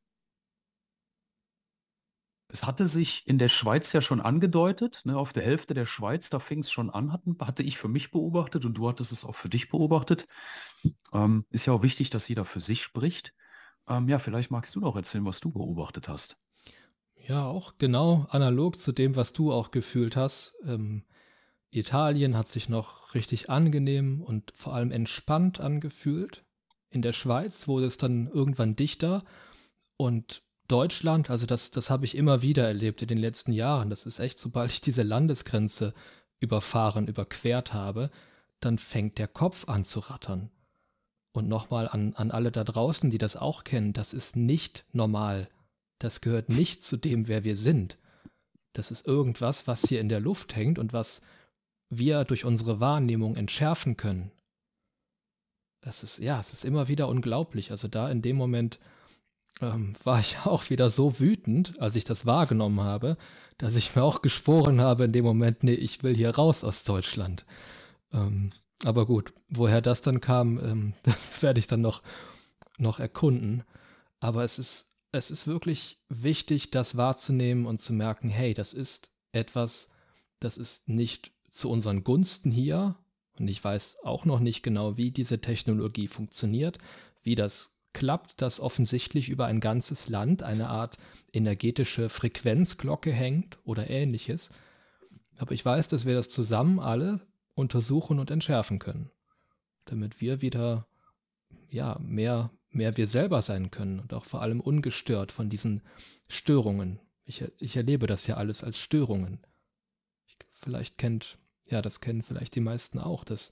Es hatte sich in der Schweiz ja schon angedeutet, ne, auf der Hälfte der Schweiz, da fing es schon an, hatte ich für mich beobachtet und du hattest es auch für dich beobachtet. Ist ja auch wichtig, dass jeder für sich spricht. Ja, vielleicht magst du noch erzählen, was du beobachtet hast. Ja, auch genau analog zu dem, was du auch gefühlt hast. Italien hat sich noch richtig angenehm und vor allem entspannt angefühlt. In der Schweiz wurde es dann irgendwann dichter und Deutschland, also das habe ich immer wieder erlebt in den letzten Jahren. Das ist echt, sobald ich diese Landesgrenze überquert habe, dann fängt der Kopf an zu rattern. Und nochmal an alle da draußen, die das auch kennen, das ist nicht normal. Das gehört nicht zu dem, wer wir sind. Das ist irgendwas, was hier in der Luft hängt und was wir durch unsere Wahrnehmung entschärfen können. Es ist immer wieder unglaublich. Also da in dem Moment war ich auch wieder so wütend, als ich das wahrgenommen habe, dass ich mir auch geschworen habe in dem Moment, nee, ich will hier raus aus Deutschland. Ähm, aber gut, woher das dann kam, das werde ich dann noch erkunden. Aber es ist wirklich wichtig, das wahrzunehmen und zu merken, hey, das ist etwas, das ist nicht zu unseren Gunsten hier. Und ich weiß auch noch nicht genau, wie diese Technologie funktioniert, wie das klappt, dass offensichtlich über ein ganzes Land eine Art energetische Frequenzglocke hängt oder ähnliches. Aber ich weiß, dass wir das zusammen alle untersuchen und entschärfen können, damit wir wieder ja, mehr wir selber sein können und auch vor allem ungestört von diesen Störungen. Ich erlebe das ja alles als Störungen. Vielleicht das kennen vielleicht die meisten auch, dass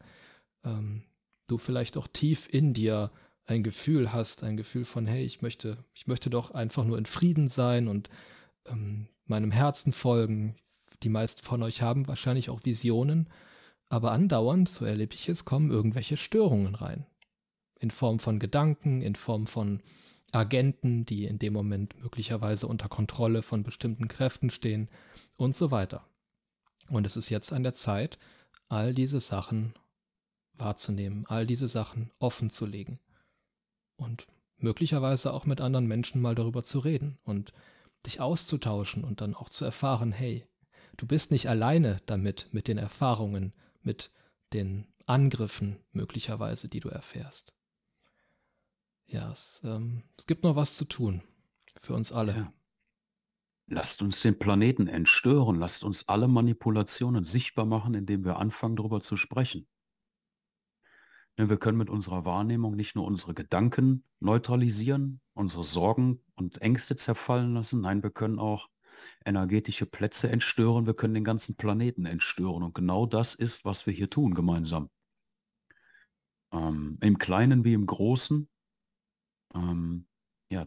du vielleicht auch tief in dir ein Gefühl hast, ein Gefühl von, hey, ich möchte doch einfach nur in Frieden sein und meinem Herzen folgen. Die meisten von euch haben wahrscheinlich auch Visionen, aber andauernd, so erlebe ich es, kommen irgendwelche Störungen rein. In Form von Gedanken, in Form von Agenten, die in dem Moment möglicherweise unter Kontrolle von bestimmten Kräften stehen und so weiter. Und es ist jetzt an der Zeit, all diese Sachen wahrzunehmen, all diese Sachen offen zu legen und möglicherweise auch mit anderen Menschen mal darüber zu reden und dich auszutauschen und dann auch zu erfahren, hey, du bist nicht alleine damit, mit den Erfahrungen, mit den Angriffen möglicherweise, die du erfährst. Ja, es gibt noch was zu tun für uns alle. Ja. Lasst uns den Planeten entstören, lasst uns alle Manipulationen sichtbar machen, indem wir anfangen, darüber zu sprechen. Denn wir können mit unserer Wahrnehmung nicht nur unsere Gedanken neutralisieren, unsere Sorgen und Ängste zerfallen lassen, nein, wir können auch energetische Plätze entstören, wir können den ganzen Planeten entstören. Und genau das ist, was wir hier tun gemeinsam. Im Kleinen wie im Großen. Ja,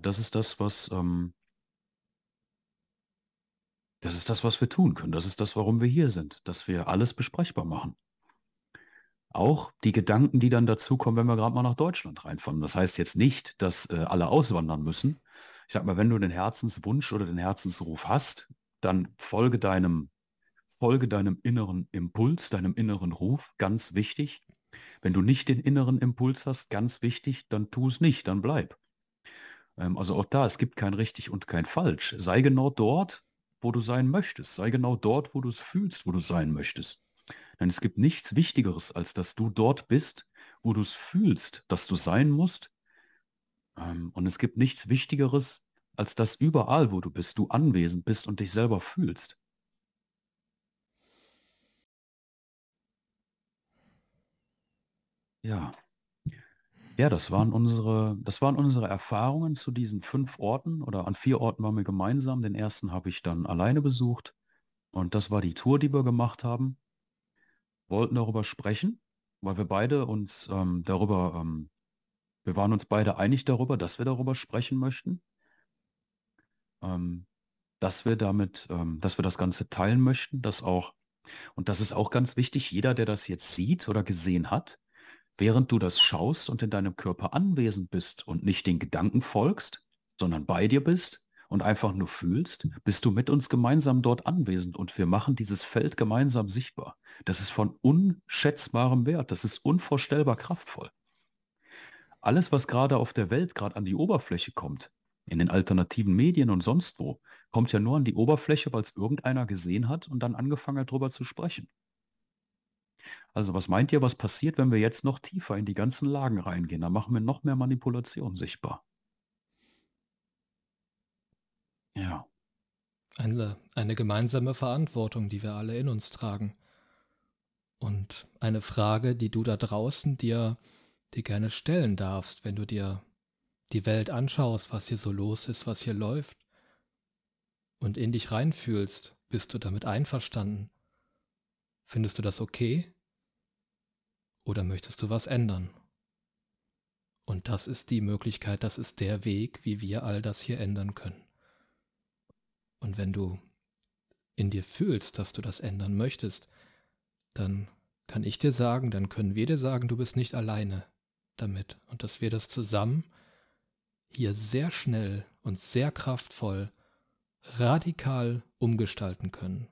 das ist das, was wir tun können. Das ist das, warum wir hier sind, dass wir alles besprechbar machen. Auch die Gedanken, die dann dazukommen, wenn wir gerade mal nach Deutschland reinfahren. Das heißt jetzt nicht, dass alle auswandern müssen. Ich sag mal, wenn du den Herzenswunsch oder den Herzensruf hast, dann folge deinem inneren Impuls, deinem inneren Ruf, ganz wichtig. Wenn du nicht den inneren Impuls hast, ganz wichtig, dann tu es nicht, dann bleib. Also auch da, es gibt kein richtig und kein falsch. Sei genau dort, wo du sein möchtest. Sei genau dort, wo du es fühlst, wo du sein möchtest. Denn es gibt nichts Wichtigeres, als dass du dort bist, wo du es fühlst, dass du sein musst. Und es gibt nichts Wichtigeres, als dass überall, wo du bist, du anwesend bist und dich selber fühlst. Ja, ja, das waren unsere Erfahrungen zu diesen 5 Orten oder an 4 Orten waren wir gemeinsam. Den ersten habe ich dann alleine besucht und das war die Tour, die wir gemacht haben. Wollten darüber sprechen, weil wir beide uns wir waren uns beide einig darüber, dass wir darüber sprechen möchten, ähm, dass wir das Ganze teilen möchten, und das ist auch ganz wichtig, jeder, der das jetzt sieht oder gesehen hat, während du das schaust und in deinem Körper anwesend bist und nicht den Gedanken folgst, sondern bei dir bist und einfach nur fühlst, bist du mit uns gemeinsam dort anwesend und wir machen dieses Feld gemeinsam sichtbar. Das ist von unschätzbarem Wert, das ist unvorstellbar kraftvoll. Alles, was gerade auf der Welt gerade an die Oberfläche kommt, in den alternativen Medien und sonst wo, kommt ja nur an die Oberfläche, weil es irgendeiner gesehen hat und dann angefangen hat, darüber zu sprechen. Also was meint ihr, was passiert, wenn wir jetzt noch tiefer in die ganzen Lagen reingehen? Da machen wir noch mehr Manipulation sichtbar. Ja, Eine gemeinsame Verantwortung, die wir alle in uns tragen. Und eine Frage, die du da draußen dir gerne stellen darfst, wenn du dir die Welt anschaust, was hier so los ist, was hier läuft und in dich reinfühlst, bist du damit einverstanden? Findest du das okay? Oder möchtest du was ändern? Und das ist die Möglichkeit, das ist der Weg, wie wir all das hier ändern können. Und wenn du in dir fühlst, dass du das ändern möchtest, dann kann ich dir sagen, dann können wir dir sagen, du bist nicht alleine damit und dass wir das zusammen hier sehr schnell und sehr kraftvoll radikal umgestalten können.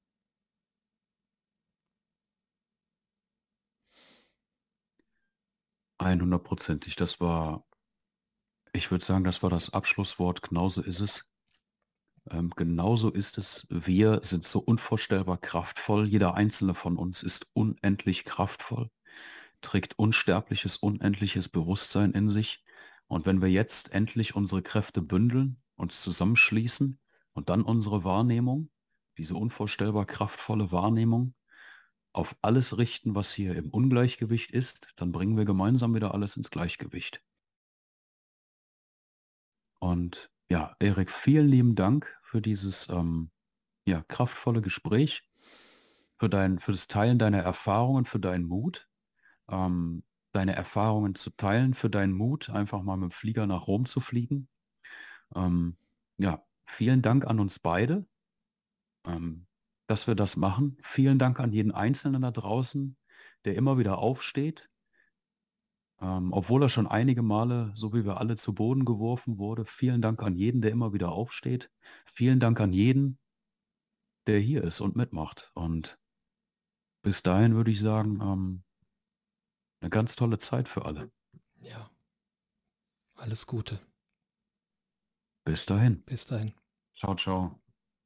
Hundertprozentig. Ich würde sagen, das war das Abschlusswort. Genauso ist es. Genauso ist es. Wir sind so unvorstellbar kraftvoll. Jeder einzelne von uns ist unendlich kraftvoll, trägt unsterbliches, unendliches Bewusstsein in sich. Und wenn wir jetzt endlich unsere Kräfte bündeln, uns zusammenschließen und dann unsere Wahrnehmung, diese unvorstellbar kraftvolle Wahrnehmung, auf alles richten, was hier im Ungleichgewicht ist, dann bringen wir gemeinsam wieder alles ins Gleichgewicht. Und ja, Erik, vielen lieben Dank für dieses kraftvolle Gespräch, für das Teilen deiner Erfahrungen, für deinen Mut, deine Erfahrungen zu teilen, für deinen Mut, einfach mal mit dem Flieger nach Rom zu fliegen. Vielen Dank an uns beide, dass wir das machen. Vielen Dank an jeden Einzelnen da draußen, der immer wieder aufsteht, obwohl er schon einige Male, so wie wir alle, zu Boden geworfen wurde. Vielen Dank an jeden, der immer wieder aufsteht. Vielen Dank an jeden, der hier ist und mitmacht. Und bis dahin würde ich sagen, eine ganz tolle Zeit für alle. Ja, alles Gute. Bis dahin. Bis dahin. Ciao, ciao.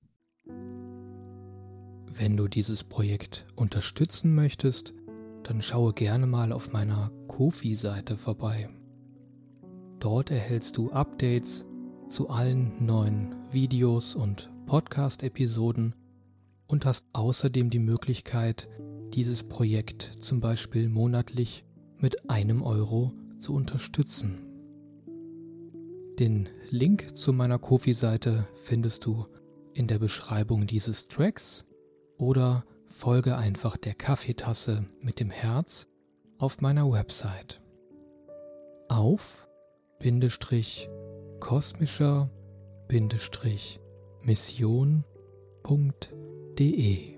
Wenn du dieses Projekt unterstützen möchtest, dann schaue gerne mal auf meiner Ko-fi-Seite vorbei. Dort erhältst du Updates zu allen neuen Videos und Podcast-Episoden und hast außerdem die Möglichkeit, dieses Projekt zum Beispiel monatlich mit 1 Euro zu unterstützen. Den Link zu meiner Ko-fi-Seite findest du in der Beschreibung dieses Tracks oder folge einfach der Kaffeetasse mit dem Herz auf meiner Website auf _kosmischer_mission.de